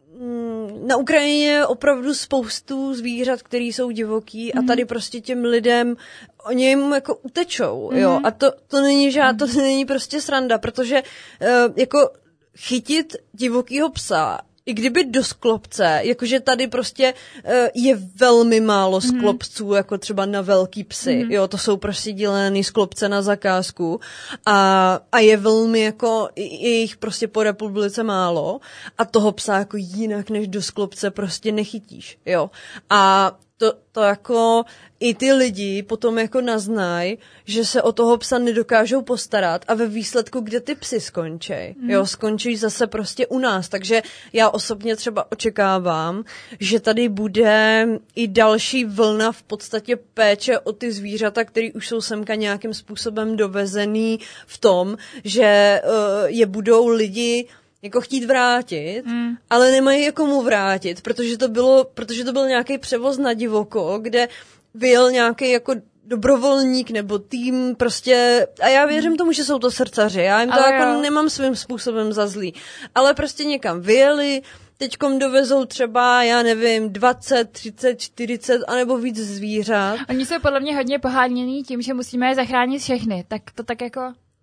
mm, na Ukrajině je opravdu spoustu zvířat, který jsou divoký mm. a tady prostě těm lidem, oni jim jako utečou, mm. jo, a to, to není žád, to není prostě sranda, protože uh, jako chytit divokýho psa, i kdyby do sklopce, jakože tady prostě uh, je velmi málo sklopců, mm. jako třeba na velký psy, mm. jo, to jsou prostě dělený sklopce na zakázku a, a je velmi jako, je jich prostě po republice málo a toho psa jako jinak než do sklopce prostě nechytíš, jo, a to, to jako i ty lidi potom jako naznají, že se o toho psa nedokážou postarat a ve výsledku, kde ty psy skončí, mm. jo, skončí zase prostě u nás, takže já osobně třeba očekávám, že tady bude i další vlna v podstatě péče o ty zvířata, který už jsou semka nějakým způsobem dovezený v tom, že uh, je budou lidi jako chtít vrátit, mm. ale nemají je komu vrátit, protože to bylo, protože to byl nějaký převoz na divoko, kde vyjel nějaký jako dobrovolník nebo tým prostě, a já věřím tomu, že jsou to srdcaři, já jim to ale jako jo. nemám svým způsobem za zlý, ale prostě někam vyjeli, teďkom dovezou třeba, já nevím, dvacet, třicet, čtyřicet, anebo víc zvířat. Oni jsou podle mě hodně pohánění tím, že musíme je zachránit všechny, tak to tak jako...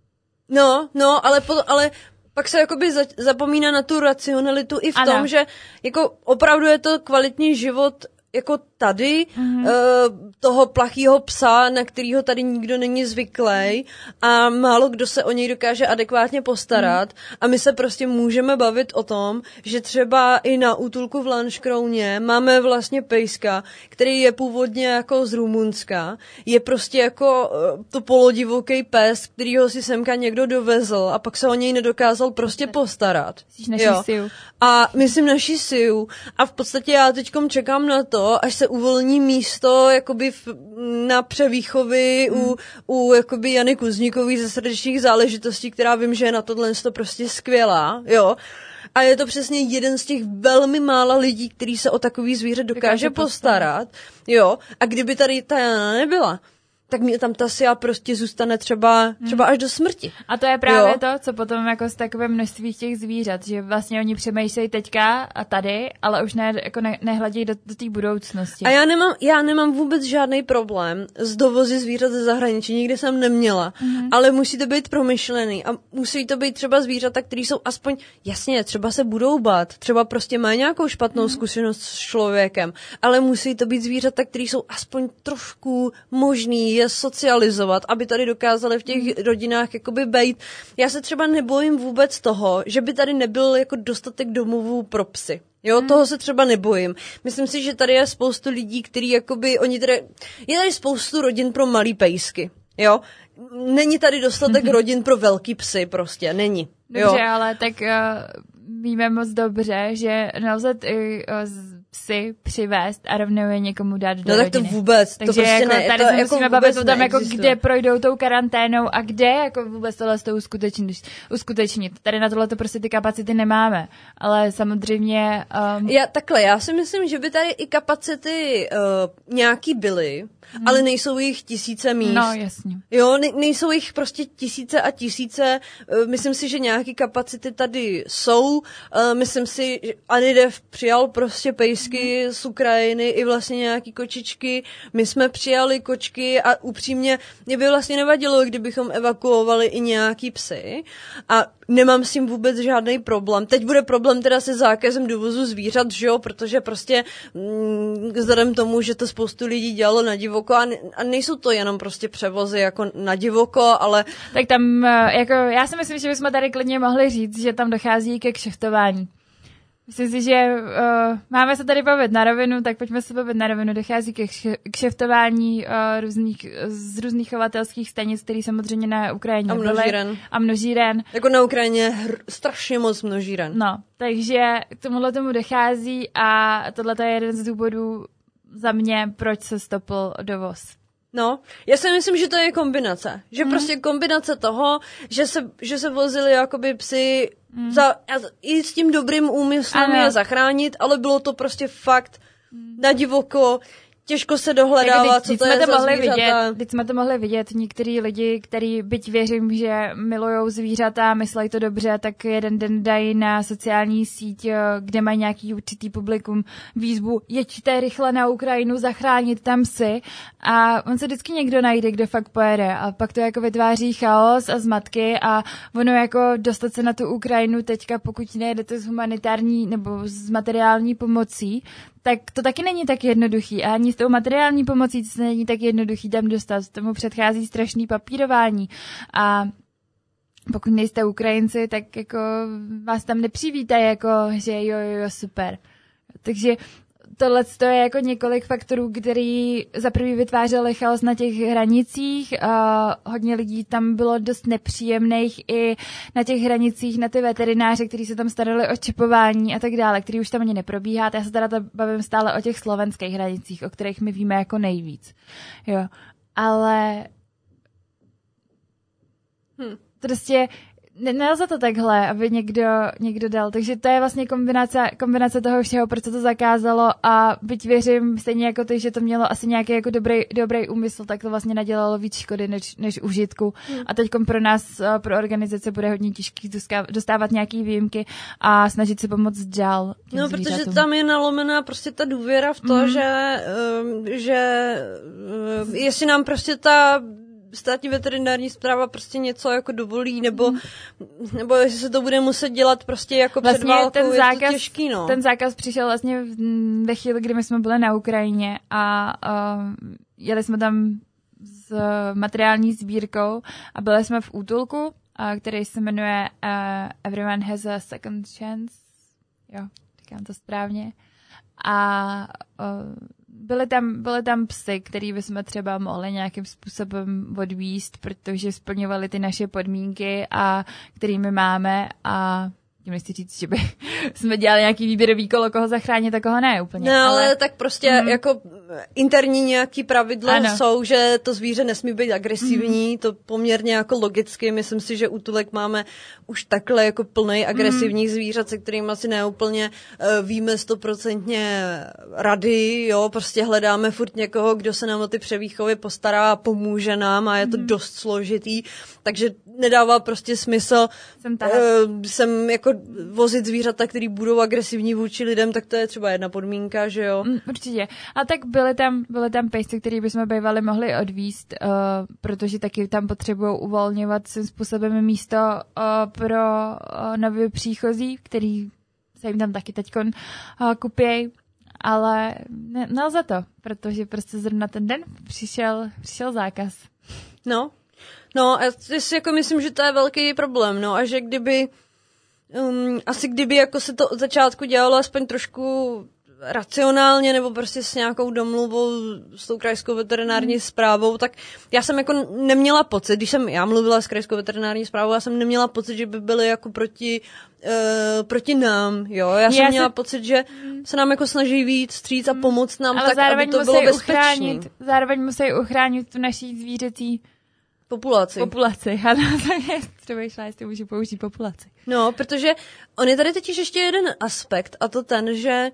No, no, ale, po, ale pak se jakoby za, zapomíná na tu racionalitu i v ano. tom, že jako opravdu je to kvalitní život jako tady, mm-hmm. uh, toho plachýho psa, na kterýho tady nikdo není zvyklý a málo kdo se o něj dokáže adekvátně postarat mm. a my se prostě můžeme bavit o tom, že třeba i na útulku v Lanškrouně máme vlastně pejska, který je původně jako z Rumunska, je prostě jako uh, to polodivoký pes, kterýho si semka někdo dovezl a pak se o něj nedokázal prostě postarat. Myslíš naší Siu. A myslím naší Siu a v podstatě já teďkom čekám na to, až se uvolní místo jakoby v, na převýchovy mm. u, u jakoby Jany Kuzníkový ze srdečních záležitostí, která vím, že je na tohle to prostě skvělá, jo. A je to přesně jeden z těch velmi mála lidí, který se o takový zvíře dokáže, dokáže postarat, postarat, jo. A kdyby tady ta Jana nebyla, tak mě tam ta sia prostě zůstane třeba, třeba až do smrti. A to je právě jo? to, co potom jako z takové množství těch zvířat, že vlastně oni přemýšlejí teďka a tady, ale už ne, jako ne, nehledějí do, do té budoucnosti. A já nemám, já nemám vůbec žádný problém s dovozy zvířat ze zahraničí, nikdy jsem neměla, mm. ale musí to být promyšlený a musí to být třeba zvířata, které jsou aspoň, jasně, třeba se budou bát, třeba prostě mají nějakou špatnou mm. zkušenost s člověkem, ale musí to být zvířata, které jsou aspoň trošku možný je socializovat, aby tady dokázali v těch mm. rodinách jakoby bejt. Já se třeba nebojím vůbec toho, že by tady nebyl jako dostatek domovů pro psy. Jo, hmm. toho se třeba nebojím. Myslím si, že tady je spoustu lidí, kteří jakoby, oni tady, je tady spoustu rodin pro malý pejsky, jo. Není tady dostatek rodin pro velký psy prostě, není. Dobře, jo. ale tak uh, víme moc dobře, že nelze ty uh, psy přivést a rovnou je někomu dát do no, rodiny. tak to vůbec, takže to prostě jako ne. Tady to se jako musíme bavit o tom, jako kde projdou tou karanténou a kde jako vůbec tohle to uskutečnit. uskutečnit. Tady na tohle to prostě ty kapacity nemáme, ale samozřejmě... Um... Já, takhle, já si myslím, že by tady i kapacity uh, nějaký byly, hmm. ale nejsou jich tisíce míst. No, jasně. Jo, ne, nejsou jich prostě tisíce a tisíce. Uh, myslím si, že nějaký kapacity tady jsou. Uh, myslím si, že Anidev přijal prostě pejsky hmm. z Ukrajiny i vlastně nějaký kočičky. My jsme přijali kočky a upřímně mě by vlastně nevadilo, kdybychom evakuovali i nějaký psy. A nemám s tím vůbec žádný problém. Teď bude problém teda se zákazem dovozu zvířat, že jo, protože prostě mm, vzhledem tomu, že to spoustu lidí dělalo na divoko a, ne, a nejsou to jenom prostě převozy jako na divoko, ale... Tak tam, jako, já si myslím, že bychom tady klidně mohli říct, že tam dochází ke kšeftování. Myslím si, že uh, máme se tady bavit na rovinu, tak pojďme se bavit na rovinu. Dochází ke kšeftování uh, různých, z různých chovatelských stanic, které samozřejmě na Ukrajině a množíren. byly. A množíren. Jako na Ukrajině hr, strašně moc množíren. No, takže k tomuhle tomu dochází a tohle je jeden z důvodů za mě, proč se stopl dovoz. No, já si myslím, že to je kombinace. Že mm. prostě kombinace toho, že se, že se vozili jakoby psy mm. za, i s tím dobrým úmyslem je zachránit, ale bylo to prostě fakt mm. na divoko, těžko se dohledává, co to je to za zvířata. Teď jsme to mohli vidět, některý lidi, který byť věřím, že milujou zvířata, myslejí to dobře, tak jeden den dají na sociální síť, kde mají nějaký určitý publikum výzvu, jeďte rychle na Ukrajinu, zachránit tam psy a on se vždycky někdo najde, kdo fakt pojede a pak to jako vytváří chaos a zmatky a ono jako dostat se na tu Ukrajinu teďka, pokud nejedete z humanitární nebo z materiální pomocí, tak to taky není tak jednoduchý. A ani s tou materiální pomocí to není tak jednoduchý tam dostat. Tomu předchází strašný papírování. A pokud nejste Ukrajinci, tak jako vás tam nepřivítají, jako že jo, jo, jo, super. Takže tohle je jako několik faktorů, který za prvý vytvářely chaos na těch hranicích. A hodně lidí tam bylo dost nepříjemných i na těch hranicích, na ty veterináře, kteří se tam starali o čipování a tak dále, který už tam ani neprobíhá. Já se teda bavím stále o těch slovenských hranicích, o kterých my víme jako nejvíc. Jo. Ale hm. prostě nelze to takhle, aby někdo, někdo dal. Takže to je vlastně kombinace, kombinace toho všeho, proč se to zakázalo a byť věřím stejně jako ty, že to mělo asi nějaký jako dobrý, dobrý úmysl, tak to vlastně nadělalo víc škody než, než užitku. Hmm. A teď pro nás, pro organizace bude hodně těžký dostávat nějaký výjimky a snažit se pomoct dál. No, zvířatům. Protože tam je nalomená prostě ta důvěra v to, hmm. že, um, že um, jestli nám prostě ta státní veterinární správa prostě něco jako dovolí, nebo, mm. nebo jestli se to bude muset dělat prostě jako vlastně před válkou, ten zákaz, je to těžký, no. Ten zákaz přišel vlastně ve chvíli, kdy my jsme byli na Ukrajině a uh, jeli jsme tam s materiální sbírkou a byli jsme v útulku, uh, který se jmenuje uh, Everyone has a second chance. Jo, říkám to správně. A uh, Byly tam, byly tam psy, který bychom třeba mohli nějakým způsobem odvízt, protože splňovaly ty naše podmínky, a kterými máme a tím nechci říct, že by jsme dělali nějaký výběrový kolo, koho zachránit a koho ne úplně. No, ale, ale tak prostě mm. jako interní nějaký pravidla ano. jsou, že to zvíře nesmí být agresivní, mm. to poměrně jako logicky, myslím si, že útulek máme už takhle jako plnej agresivních mm. zvířat, se kterými asi neúplně uh, víme stoprocentně rady, jo, prostě hledáme furt někoho, kdo se nám o ty převýchovy postará a pomůže nám a je to mm. dost složitý, takže nedává prostě smysl jsem, uh, sem jako vozit zvířata, který budou agresivní vůči lidem, tak to je třeba jedna podmínka, že jo. Mm, určitě. A tak byly tam, byly tam pejsci, který bychom bývali mohli odvízt, uh, protože taky tam potřebují uvolňovat svým způsobem místo uh, pro uh, nově příchozí, který se jim tam taky teďkon uh, kupějí, ale ne, nelze to, protože prostě zrovna ten den přišel, přišel zákaz. No, no a já si jako myslím, že to je velký problém, no a že kdyby um, asi kdyby jako se to od začátku dělalo aspoň trošku racionálně nebo prostě s nějakou domluvou s tou krajskou veterinární správou, tak já jsem jako neměla pocit, když jsem já mluvila s krajskou veterinární správou, já jsem neměla pocit, že by byly jako proti, uh, proti nám, jo, já jsem já měla se... pocit, že se nám jako snaží víc vstříc a pomoct nám, ale tak, aby to bylo bezpečné. Zároveň musí uchránit tu naší zvířecí populaci. Populaci, ano, třeba šla, jestli můžu použít populaci. No, protože on je tady totiž ještě jeden aspekt a to ten, že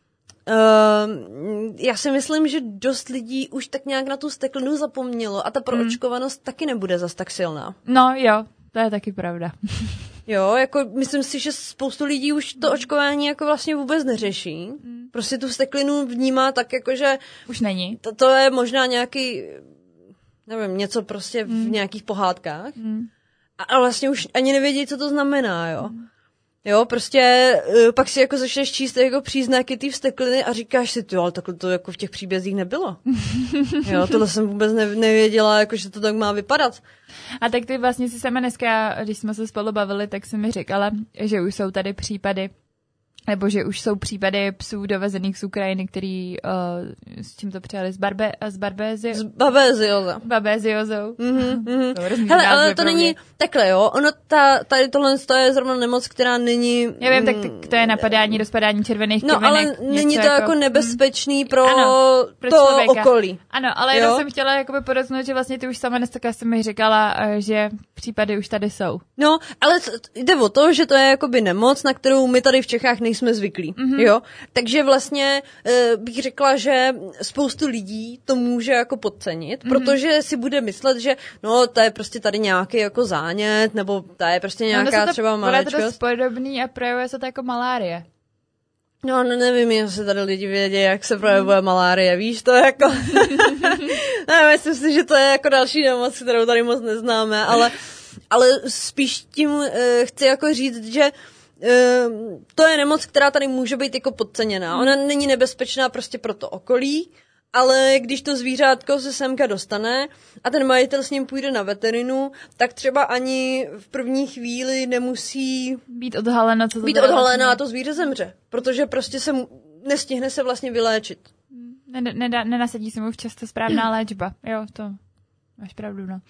Uh, já si myslím, že dost lidí už tak nějak na tu steklinu zapomnělo a ta proočkovanost hmm. taky nebude zas tak silná. No jo, to je taky pravda. Jo, jako myslím si, že spoustu lidí už to očkování jako vlastně vůbec neřeší. Hmm. Prostě tu steklinu vnímá tak jako, že už není. To, to je možná nějaký, nevím, něco prostě v hmm. nějakých pohádkách. Hmm. A, a vlastně už ani nevědí, co to znamená, jo. Hmm. Jo, prostě uh, pak si jako začneš číst jako příznaky té vstekliny a říkáš si, jo, ale takhle to jako v těch příbězích nebylo. Jo, tohle jsem vůbec ne- nevěděla, jako, že to tak má vypadat. A tak ty vlastně si sama dneska, když jsme se spolu bavili, tak si mi říkala, že už jsou tady případy, nebo že už jsou případy psů dovezených z Ukrajiny, který uh, s čím to přijali? S, barbe, s barbéziou? S babéziozou. Babéziozou. Mm-hmm, mm-hmm. Hele, ale to není takhle, jo. Ono, ta, tady tohle je zrovna nemoc, která není... Já vím, tak to je napadání, rozpadání červených no, krvinek. No, ale není to jako, jako nebezpečný pro, ano, pro to člověka. Okolí. Ano, ale já jsem chtěla jakoby podotknout, že vlastně ty už sama dneska jsem mi říkala, že případy už tady jsou. No, ale jde o to, že to je jakoby nemoc, na kterou my tady v Čechách nejsme zvyklí. Mm-hmm. Jo? Takže vlastně e, bych řekla, že spoustu lidí to může jako podcenit, mm-hmm. protože si bude myslet, že no, to je prostě tady nějaký jako zánět, nebo to je prostě nějaká no, to třeba maličkost. Bude to podobný a projevuje se to jako malárie. No, no nevím, jestli tady lidi vědí, jak se projevuje malárie, víš, to je jako... ne, myslím si, že to je jako další nemoc, kterou tady moc neznáme, ale, ale spíš tím uh, chci jako říct, že Uh, to je nemoc, která tady může být jako podceněná. Ona není nebezpečná prostě pro to okolí, ale když to zvířátko se semka dostane a ten majitel s ním půjde na veterinu, tak třeba ani v první chvíli nemusí být odhalena, co to být odhalena a to zvíře zemře, protože prostě se mu, nestihne se vlastně vyléčit. Nedá, nenasadí se mu včas ta správná léčba. Jo, to máš pravdu, no.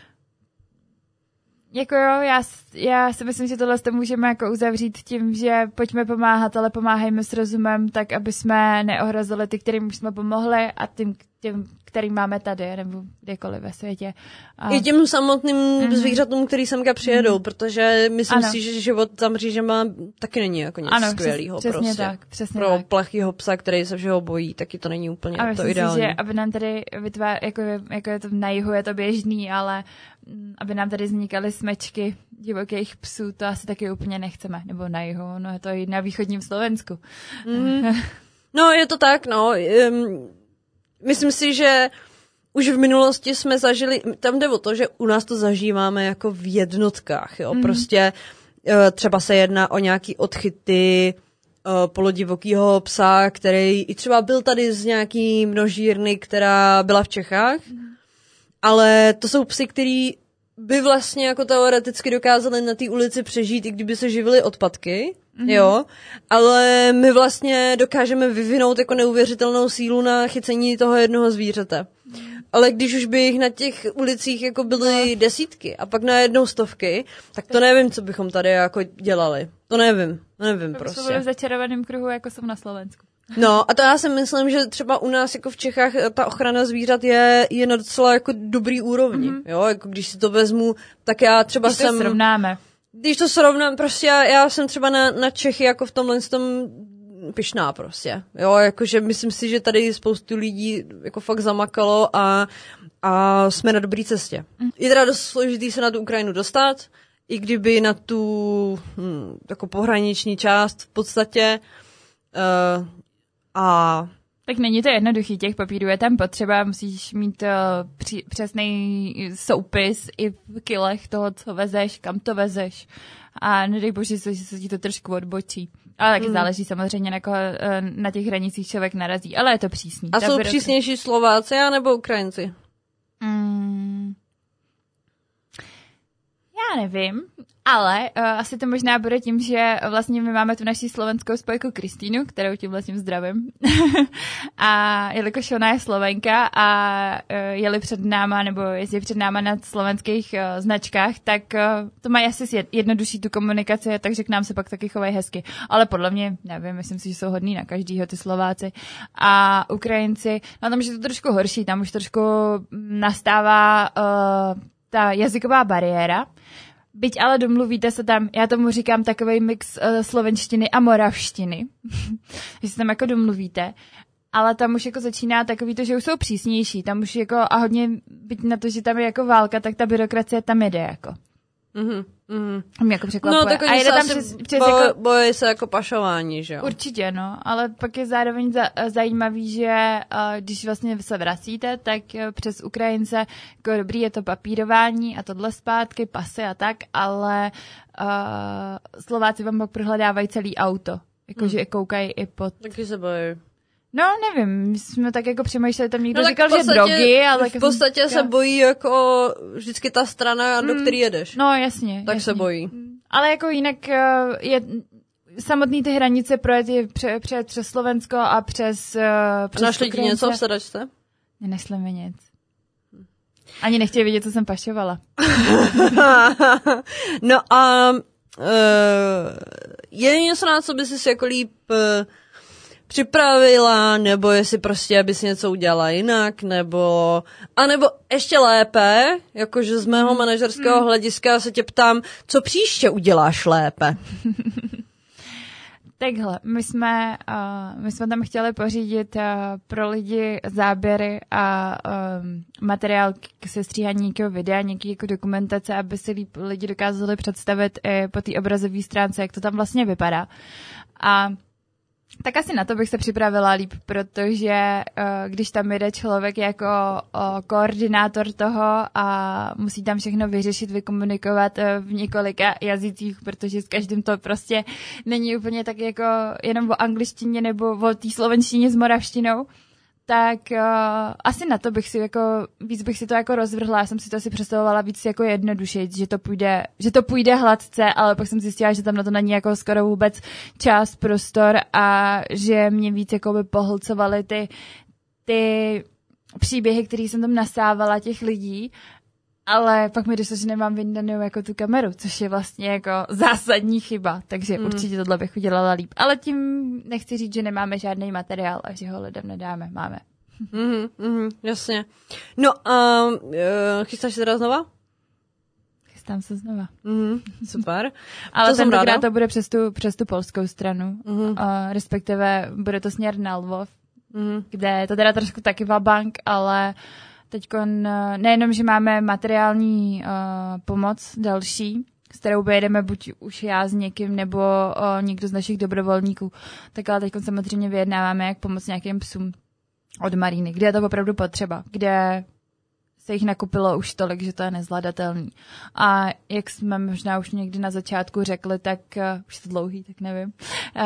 Jako jo, já, já si myslím, že tohle to můžeme jako uzavřít tím, že pojďme pomáhat, ale pomáhejme s rozumem, tak aby jsme neohrozili ty, kterým už jsme pomohli a tím, tím kterým máme tady, nebo kdekoliv ve světě. A... I těm samotným mm-hmm. zvířatům, který semka přijedou, mm-hmm. protože myslím ano. si, že život za mřížema taky není jako nic ano, skvělýho. Přes, přesně prostě. tak, přesně Pro tak. plachýho psa, který se všeho bojí, taky to není úplně a to ideální. Si, že aby nám tady vytvár, jako, jako je to na jihu, je to běžný, ale aby nám tady vznikaly smečky divokých psů, to asi taky úplně nechceme. Nebo na jihu, no je to i na východním Slovensku. Mm. No je to tak, no. Um, myslím si, že už v minulosti jsme zažili, tam jde o to, že u nás to zažíváme jako v jednotkách, jo. Mm. Prostě uh, třeba se jedná o nějaký odchyty uh, polodivokýho psa, který i třeba byl tady z nějaký množírny, která byla v Čechách. Mm. Ale to jsou psy, který by vlastně jako teoreticky dokázali na té ulici přežít, i kdyby se živili odpadky, mm-hmm. jo, ale my vlastně dokážeme vyvinout jako neuvěřitelnou sílu na chycení toho jednoho zvířete. Mm. Ale když už by jich na těch ulicích jako byly no. desítky a pak najednou stovky, tak to nevím, co bychom tady jako dělali. To nevím, to nevím to prostě. To byly v začarovaném kruhu, jako jsou na Slovensku. No a to já si myslím, že třeba u nás jako v Čechách ta ochrana zvířat je, je na docela jako dobrý úrovni, mm-hmm. jo, jako když si to vezmu, tak já třeba když jsem... Když to srovnáme. Když to srovnám, prostě já, já jsem třeba na, na Čechy jako v tomhle tom pyšná prostě, jo, jakože myslím si, že tady spoustu lidí jako fakt zamakalo a, a jsme na dobré cestě. Mm. Je teda dost složitý se na tu Ukrajinu dostat, i kdyby na tu hm, jako pohraniční část v podstatě uh, a... Tak není to jednoduchý, těch papírů je tam potřeba, musíš mít uh, při, přesný soupis i v kilech toho, co vezeš, kam to vezeš a nedej bože, že se ti to trošku odbočí. Ale taky mm. záleží samozřejmě, na, koho, na těch hranicích člověk narazí, ale je to přísný. A jsou přísnější Slováci anebo Ukrajinci? Mm. Já nevím, ale uh, asi to možná bude tím, že vlastně my máme tu naši slovenskou spojku Kristýnu, kterou tím vlastně zdravím. A jelikož ona je Slovenka a uh, jeli před náma, nebo jezdí před náma na slovenských uh, značkách, tak uh, to mají asi jednodušší tu komunikaci, takže k nám se pak taky chovají hezky. Ale podle mě, nevím, myslím si, že jsou hodní na každýho ty Slováci. A Ukrajinci, no tam už je to trošku horší, tam už trošku nastává uh, ta jazyková bariéra. Byť ale domluvíte se tam, já tomu říkám takovej mix uh, slovenštiny a moravštiny, že se tam jako domluvíte, ale tam už jako začíná takový to, že už jsou přísnější, tam už jako a hodně, byť na to, že tam je jako válka, tak ta byrokracie tam jede jako. Mhm, mhm. Mě jako překvapuje. No, tak oni a jede se tam asi přes, přes bo, jako... bojí se jako pašování, že jo? Určitě, no, ale pak je zároveň za, zajímavý, že uh, když vlastně se vracíte, tak uh, přes Ukrajince, jako dobrý je to papírování a tohle zpátky, pasy a tak, ale uh, Slováci vám pak prohledávají celý auto, jakože hmm. koukají i pod... Taky se bojí. No, nevím, my jsme tak jako přemýšleli, tam někdo no, říkal, podstatě, že drogy, ale... V podstatě říkal... se bojí jako vždycky ta strana, do mm, který jedeš. No, jasně. Tak jasně. se bojí. Ale jako jinak je samotný ty hranice projet je pře, pře, přes Slovensko a přes, přes a našli ti něco v sedačce? Nenesli mi nic. Ani nechtěli vidět, co jsem pašovala. No a uh, je něco, na co by si jako líp... Uh, připravila, nebo jestli prostě, aby si něco udělala jinak, nebo, a nebo ještě lépe, jakože z mého manažerského hlediska se tě ptám, co příště uděláš lépe? Takhle, my jsme, uh, my jsme tam chtěli pořídit uh, pro lidi záběry a um, materiál k sestříhání nějakého videa, nějaký jako dokumentace, aby si líp lidi dokázali představit i po té obrazové stránce, jak to tam vlastně vypadá. A tak asi na to bych se připravila líp, protože uh, když tam jede člověk jako uh, koordinátor toho a musí tam všechno vyřešit, vykomunikovat uh, v několika jazycích, protože s každým to prostě není úplně tak jako jenom o angličtině nebo o té slovenštině s moravštinou, tak uh, asi na to bych si jako, víc bych si to jako rozvrhla, já jsem si to asi představovala víc jako jednoduše, že to půjde, že to půjde hladce, ale pak jsem zjistila, že tam na to není jako skoro vůbec čas, prostor a že mě víc jako by pohlcovaly ty, ty příběhy, které jsem tam nasávala těch lidí, ale pak mi došlo, že nemám vyndanou jako tu kameru, což je vlastně jako zásadní chyba, takže mm. určitě tohle bych udělala líp. Ale tím nechci říct, že nemáme žádný materiál a že ho lidem nedáme. Máme. Mm-hmm, mm, jasně. No a um, uh, chystáš se teda znova? Chystám se znova. Mm, super. Ale tentokrát to bude přes tu, přes tu polskou stranu, mm. uh, respektive bude to směr na Lvov, mm. kde je to teda trošku taky vabank, ale teďko nejenom, že máme materiální uh, pomoc další, s kterou pojedeme buď už já s někým, nebo uh, někdo z našich dobrovolníků, tak ale teďko samozřejmě vyjednáváme, jak pomoct nějakým psům od Maríny, kde je to opravdu potřeba, kde se jich nakupilo už tolik, že to je nezvladatelný. A jak jsme možná už někdy na začátku řekli, tak uh, už je to dlouhý, tak nevím, uh,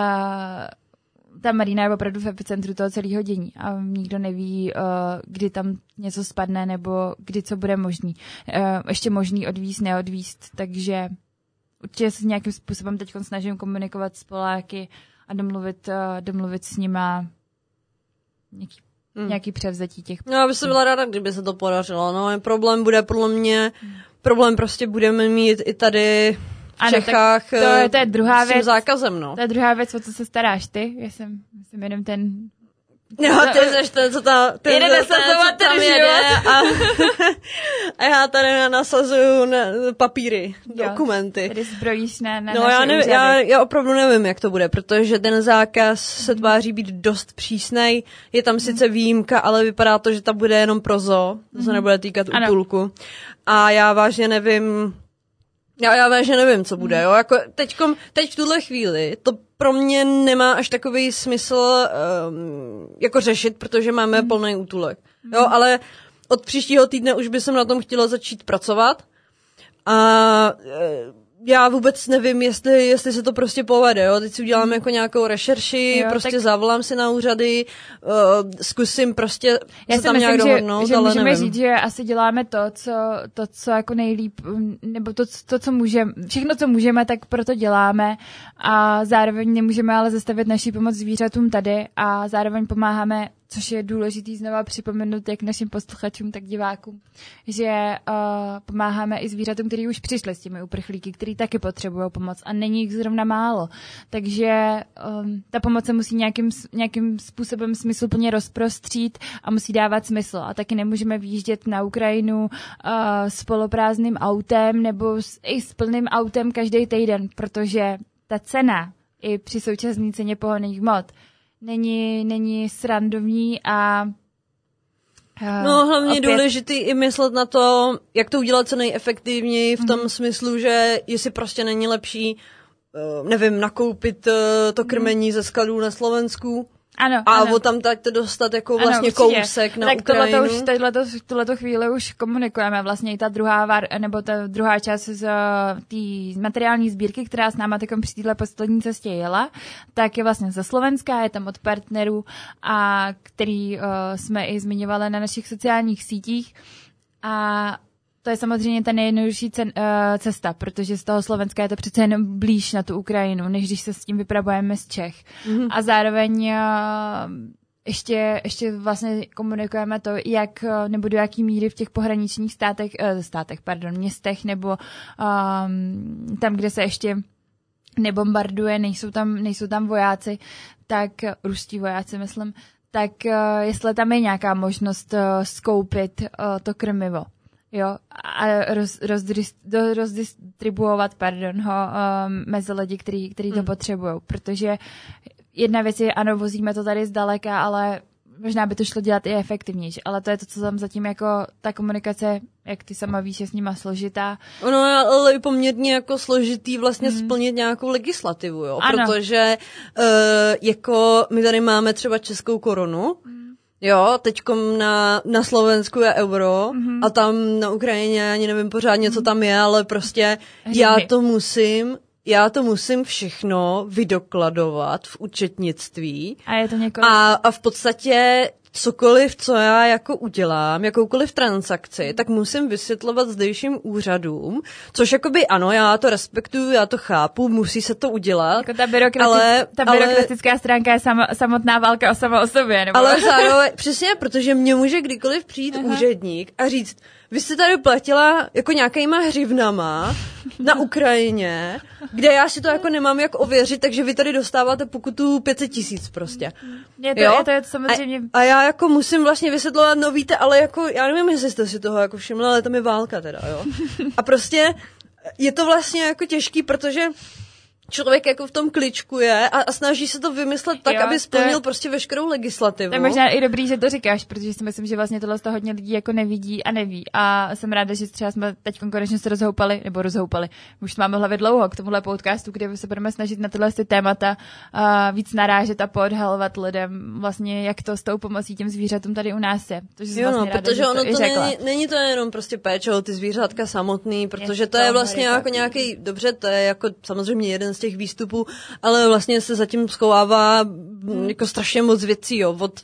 ta Marína je opravdu v epicentru toho celého dění a nikdo neví, uh, kdy tam něco spadne nebo kdy co bude možný. Uh, ještě možný odvízt, neodvízt, takže určitě se nějakým způsobem teď snažím komunikovat s Poláky a domluvit, uh, domluvit s nima nějaký, hmm. nějaký převzetí těch... No, já bych se byla ráda, kdyby se to podařilo. No, problém bude podle mě, hmm. problém prostě budeme mít i tady v Čechách to, je, to je druhá s tím věc, zákazem, no. To je druhá věc, o co se staráš ty. Já jsem, jsem jenom ten... Jo, ty jsi ten, co tam, ten, jede ten, co tam jede a, a já tady nasazuju na papíry, jo, dokumenty. Tady zbrojíš na, na no, naše já, nevím, úřady. já, já opravdu nevím, jak to bude, protože ten zákaz se tváří být dost přísnej. Je tam sice výjimka, ale vypadá to, že ta bude jenom pro zoo. To se nebude týkat ano. útulku. A já vážně nevím... Já, já vážně nevím, co bude, jo, jako teďkom, teď v tuhle chvíli to pro mě nemá až takový smysl um, jako řešit, protože máme mm. plný útulek, mm. jo, ale od příštího týdne už by jsem na tom chtěla začít pracovat a e, já vůbec nevím, jestli, jestli se to prostě povede, jo, teď si udělám jako nějakou rešerši, jo, prostě tak... zavolám si na úřady, uh, zkusím prostě já se tam myslím, nějak že, dohodnout, že ale můžeme nevím. říct, že asi děláme to, co, to, co jako nejlíp, nebo to, to, co můžeme, všechno, co můžeme, tak proto děláme a zároveň nemůžeme ale zastavit naši pomoc zvířatům tady a zároveň pomáháme, což je důležitý znova připomenout jak našim posluchačům, tak divákům, že uh, pomáháme i zvířatům, kteří už přišli s těmi uprchlíky, kteří taky potřebují pomoc a není jich zrovna málo. Takže um, ta pomoc se musí nějakým, nějakým způsobem smysluplně rozprostřít a musí dávat smysl. A taky nemůžeme výjíždět na Ukrajinu uh, s poloprázdným autem nebo s, i s plným autem každý týden, protože ta cena i při současné ceně pohonných hmot Není, není srandovní a uh, no hlavně opět... důležitý i myslet na to, jak to udělat co nejefektivněji v tom mm. smyslu, že jestli prostě není lepší, uh, nevím, nakoupit uh, to krmení mm. ze skladů na Slovensku ano, a ano. tam tak to dostat jako vlastně ano, kousek na tak Ukrajinu. Tak už tohleto, tuhleto chvíli už komunikujeme vlastně i ta druhá var, nebo ta druhá část z té materiální sbírky, která s náma takom při téhle poslední cestě jela, tak je vlastně ze Slovenska, je tam od partnerů, a který uh, jsme i zmiňovali na našich sociálních sítích a to je samozřejmě ta nejjednodušší cen, uh, cesta, protože z toho Slovenska je to přece jenom blíž na tu Ukrajinu, než když se s tím vypravujeme z Čech. Mm-hmm. A zároveň uh, ještě, ještě vlastně komunikujeme to, jak nebo do jaký míry v těch pohraničních státech, uh, státech, pardon, městech nebo um, tam, kde se ještě nebombarduje, nejsou tam, nejsou tam vojáci, tak ruští vojáci, myslím, tak uh, jestli tam je nějaká možnost uh, skoupit uh, to krmivo. Jo, a roz, rozdris, do, rozdistribuovat pardon, ho um, mezi lidi, který, který to mm. potřebují. Protože jedna věc je, ano, vozíme to tady zdaleka, ale možná by to šlo dělat i efektivnější. Ale to je to, co tam zatím jako ta komunikace, jak ty sama víš, je s nima složitá. Ono je ale poměrně jako složitý vlastně mm. splnit nějakou legislativu, jo, ano. Protože uh, jako my tady máme třeba českou korunu, mm. Jo, teďkom na, na Slovensku je euro mm-hmm. a tam na Ukrajině ani nevím pořádně, co tam je, ale prostě Hřiny. já to musím, já to musím všechno vydokladovat v účetnictví. A je to několik... A, a v podstatě cokoliv, co já jako udělám, jakoukoliv transakci, tak musím vysvětlovat zdejším úřadům, což jakoby ano, já to respektuju, já to chápu, musí se to udělat. Jako ta, byrokrati- ale, ta byrokratická ale, stránka je sama, samotná válka o sama o sobě. Nebo? Ale zároveň, přesně, protože mě může kdykoliv přijít uh-huh. úředník a říct, vy jste tady platila jako nějakýma hřivnama na Ukrajině, kde já si to jako nemám jak ověřit, takže vy tady dostáváte pokutu pět set tisíc prostě. Je to, je to, je to samozřejmě... A, a já jako musím vlastně vysvětlovat, no víte, ale jako, já nevím, jestli jste si toho jako všimla, ale tam je válka teda, jo. A prostě je to vlastně jako těžký, protože člověk jako v tom kličkuje a, a snaží se to vymyslet tak, jo, aby splnil je, prostě veškerou legislativu. To je možná i dobrý, že to říkáš, protože si myslím, že vlastně tohle z toho hodně lidí jako nevidí a neví. A jsem ráda, že třeba jsme teď konečně se rozhoupali, nebo rozhoupali. Už máme v hlavě dlouho k tomuhle podcastu, kde se budeme snažit na tyhle témata uh, víc narážet a podhalovat lidem vlastně, jak to s tou pomocí těm zvířatům tady u nás je. To, že jo, vlastně no, ráda, protože to ono to řekla. není, není to jenom prostě péče o ty zvířátka samotný, protože je to, to je vlastně jako nějaký, dobře, to je jako samozřejmě jeden z těch výstupů, ale vlastně se zatím schovává hmm. jako strašně moc věcí, jo, od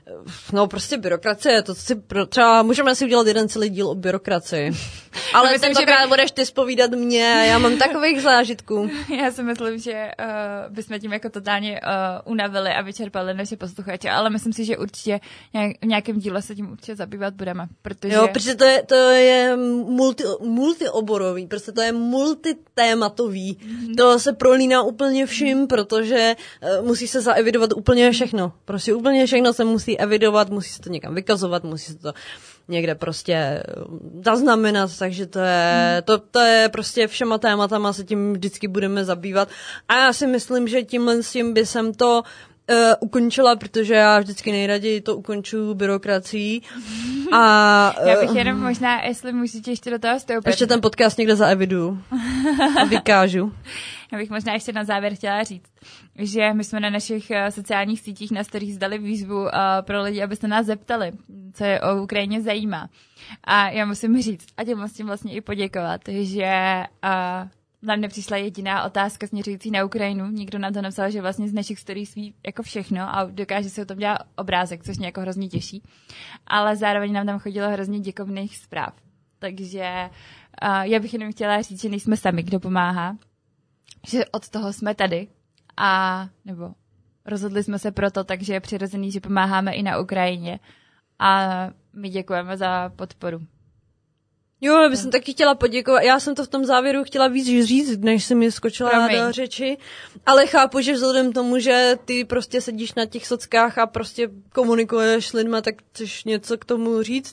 No prostě byrokracie, to si pro, třeba můžeme si udělat jeden celý díl o byrokracii. Ale myslím, tentokrát by... budeš ty zpovídat mě a já mám takových zážitků. Já si myslím, že uh, bychom tím jako totálně uh, unavili a vyčerpali naše posluchače, ale myslím si, že určitě nějak, v nějakém díle se tím určitě zabývat budeme. Protože... Jo, protože to je, to je multi, multioborový, prostě to je multitématový. Mm-hmm. To se prolíná úplně vším, protože uh, musí se zaevidovat úplně všechno. Prostě úplně všechno se musí evidovat, musí se to někam vykazovat, musí se to někde prostě zaznamenat, takže to je, to, to je prostě všema tématama se tím vždycky budeme zabývat. A já si myslím, že tímhle s tím by jsem to uh, ukončila, protože já vždycky nejraději to ukončuju byrokracií. A, uh, já bych jenom možná, jestli můžete ještě do toho vstoupit. Ještě ten podcast někde zaeviduju a vykážu. Já bych možná ještě na závěr chtěla říct, že my jsme na našich sociálních sítích na kterých zdali výzvu pro lidi, aby se nás zeptali, co je o Ukrajině zajímá. A já musím říct, a tím vlastně, vlastně i poděkovat, že nám nepřišla jediná otázka směřující na Ukrajinu. Nikdo nám to napsal, že vlastně z našich stories ví jako všechno a dokáže si o tom dělat obrázek, což mě jako hrozně těší. Ale zároveň nám tam chodilo hrozně děkovných zpráv. Takže já bych jenom chtěla říct, že nejsme sami, kdo pomáhá. Že od toho jsme tady a nebo rozhodli jsme se proto, takže je přirozený, že pomáháme i na Ukrajině a my děkujeme za podporu. Jo, ale bych taky chtěla poděkovat. Já jsem to v tom závěru chtěla víc říct, než jsem mi skočila Promiň. do řeči, ale chápu, že vzhledem tomu, že ty prostě sedíš na těch sockách a prostě komunikuješ s lidma, tak chceš něco k tomu říct.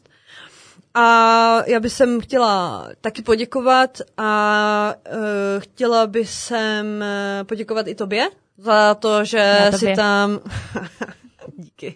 A já bych sem chtěla taky poděkovat a uh, chtěla bych sem poděkovat i tobě za to, že si tam... Díky.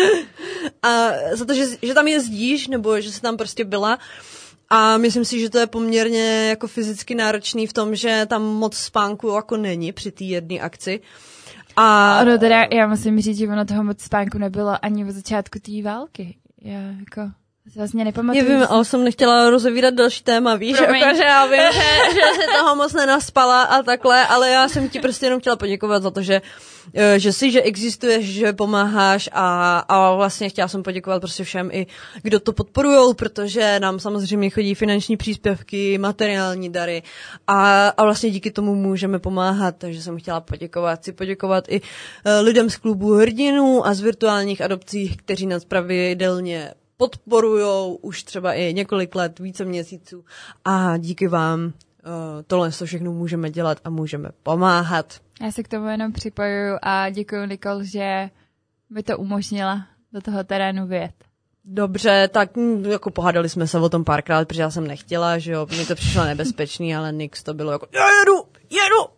A za to, že, že tam jezdíš, nebo že jsi tam prostě byla. A myslím si, že to je poměrně jako fyzicky náročný v tom, že tam moc spánku jako není při té jedné akci. A ono teda, já musím říct, že ono toho moc spánku nebylo ani od začátku té války. Já jako... Vlastně nepamatuju. Já vím, ale jsem nechtěla rozevírat další téma, víš, jako, že já vím, že, že se toho moc nenaspala a takhle, ale já jsem ti prostě jenom chtěla poděkovat za to, že, že jsi, že existuješ, že pomáháš a, a vlastně chtěla jsem poděkovat prostě všem i, kdo to podporujou, protože nám samozřejmě chodí finanční příspěvky, materiální dary a, a vlastně díky tomu můžeme pomáhat, takže jsem chtěla poděkovat. Chci poděkovat i lidem z klubu Hrdinů a z virtuálních adopcí, kteří nás pravidelně podporujou už třeba i několik let, více měsíců a díky vám uh, tohle to všechno můžeme dělat a můžeme pomáhat. Já se k tomu jenom připojuju a děkuji, Nikol, že mi to umožnila do toho terénu vyjet. Dobře, tak jako pohádali jsme se o tom párkrát, protože já jsem nechtěla, že jo, mi to přišlo nebezpečný, ale Nix to bylo jako, já jedu, jedu!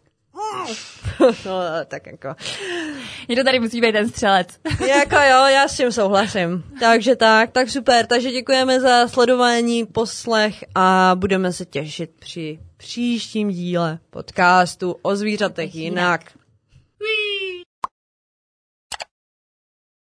No, tak jako. Někdo tady musí být ten střelec. Jako jo, já s tím souhlasím. Takže tak, tak super. Takže děkujeme za sledování, poslech a budeme se těšit při příštím díle podcastu o zvířatech jinak.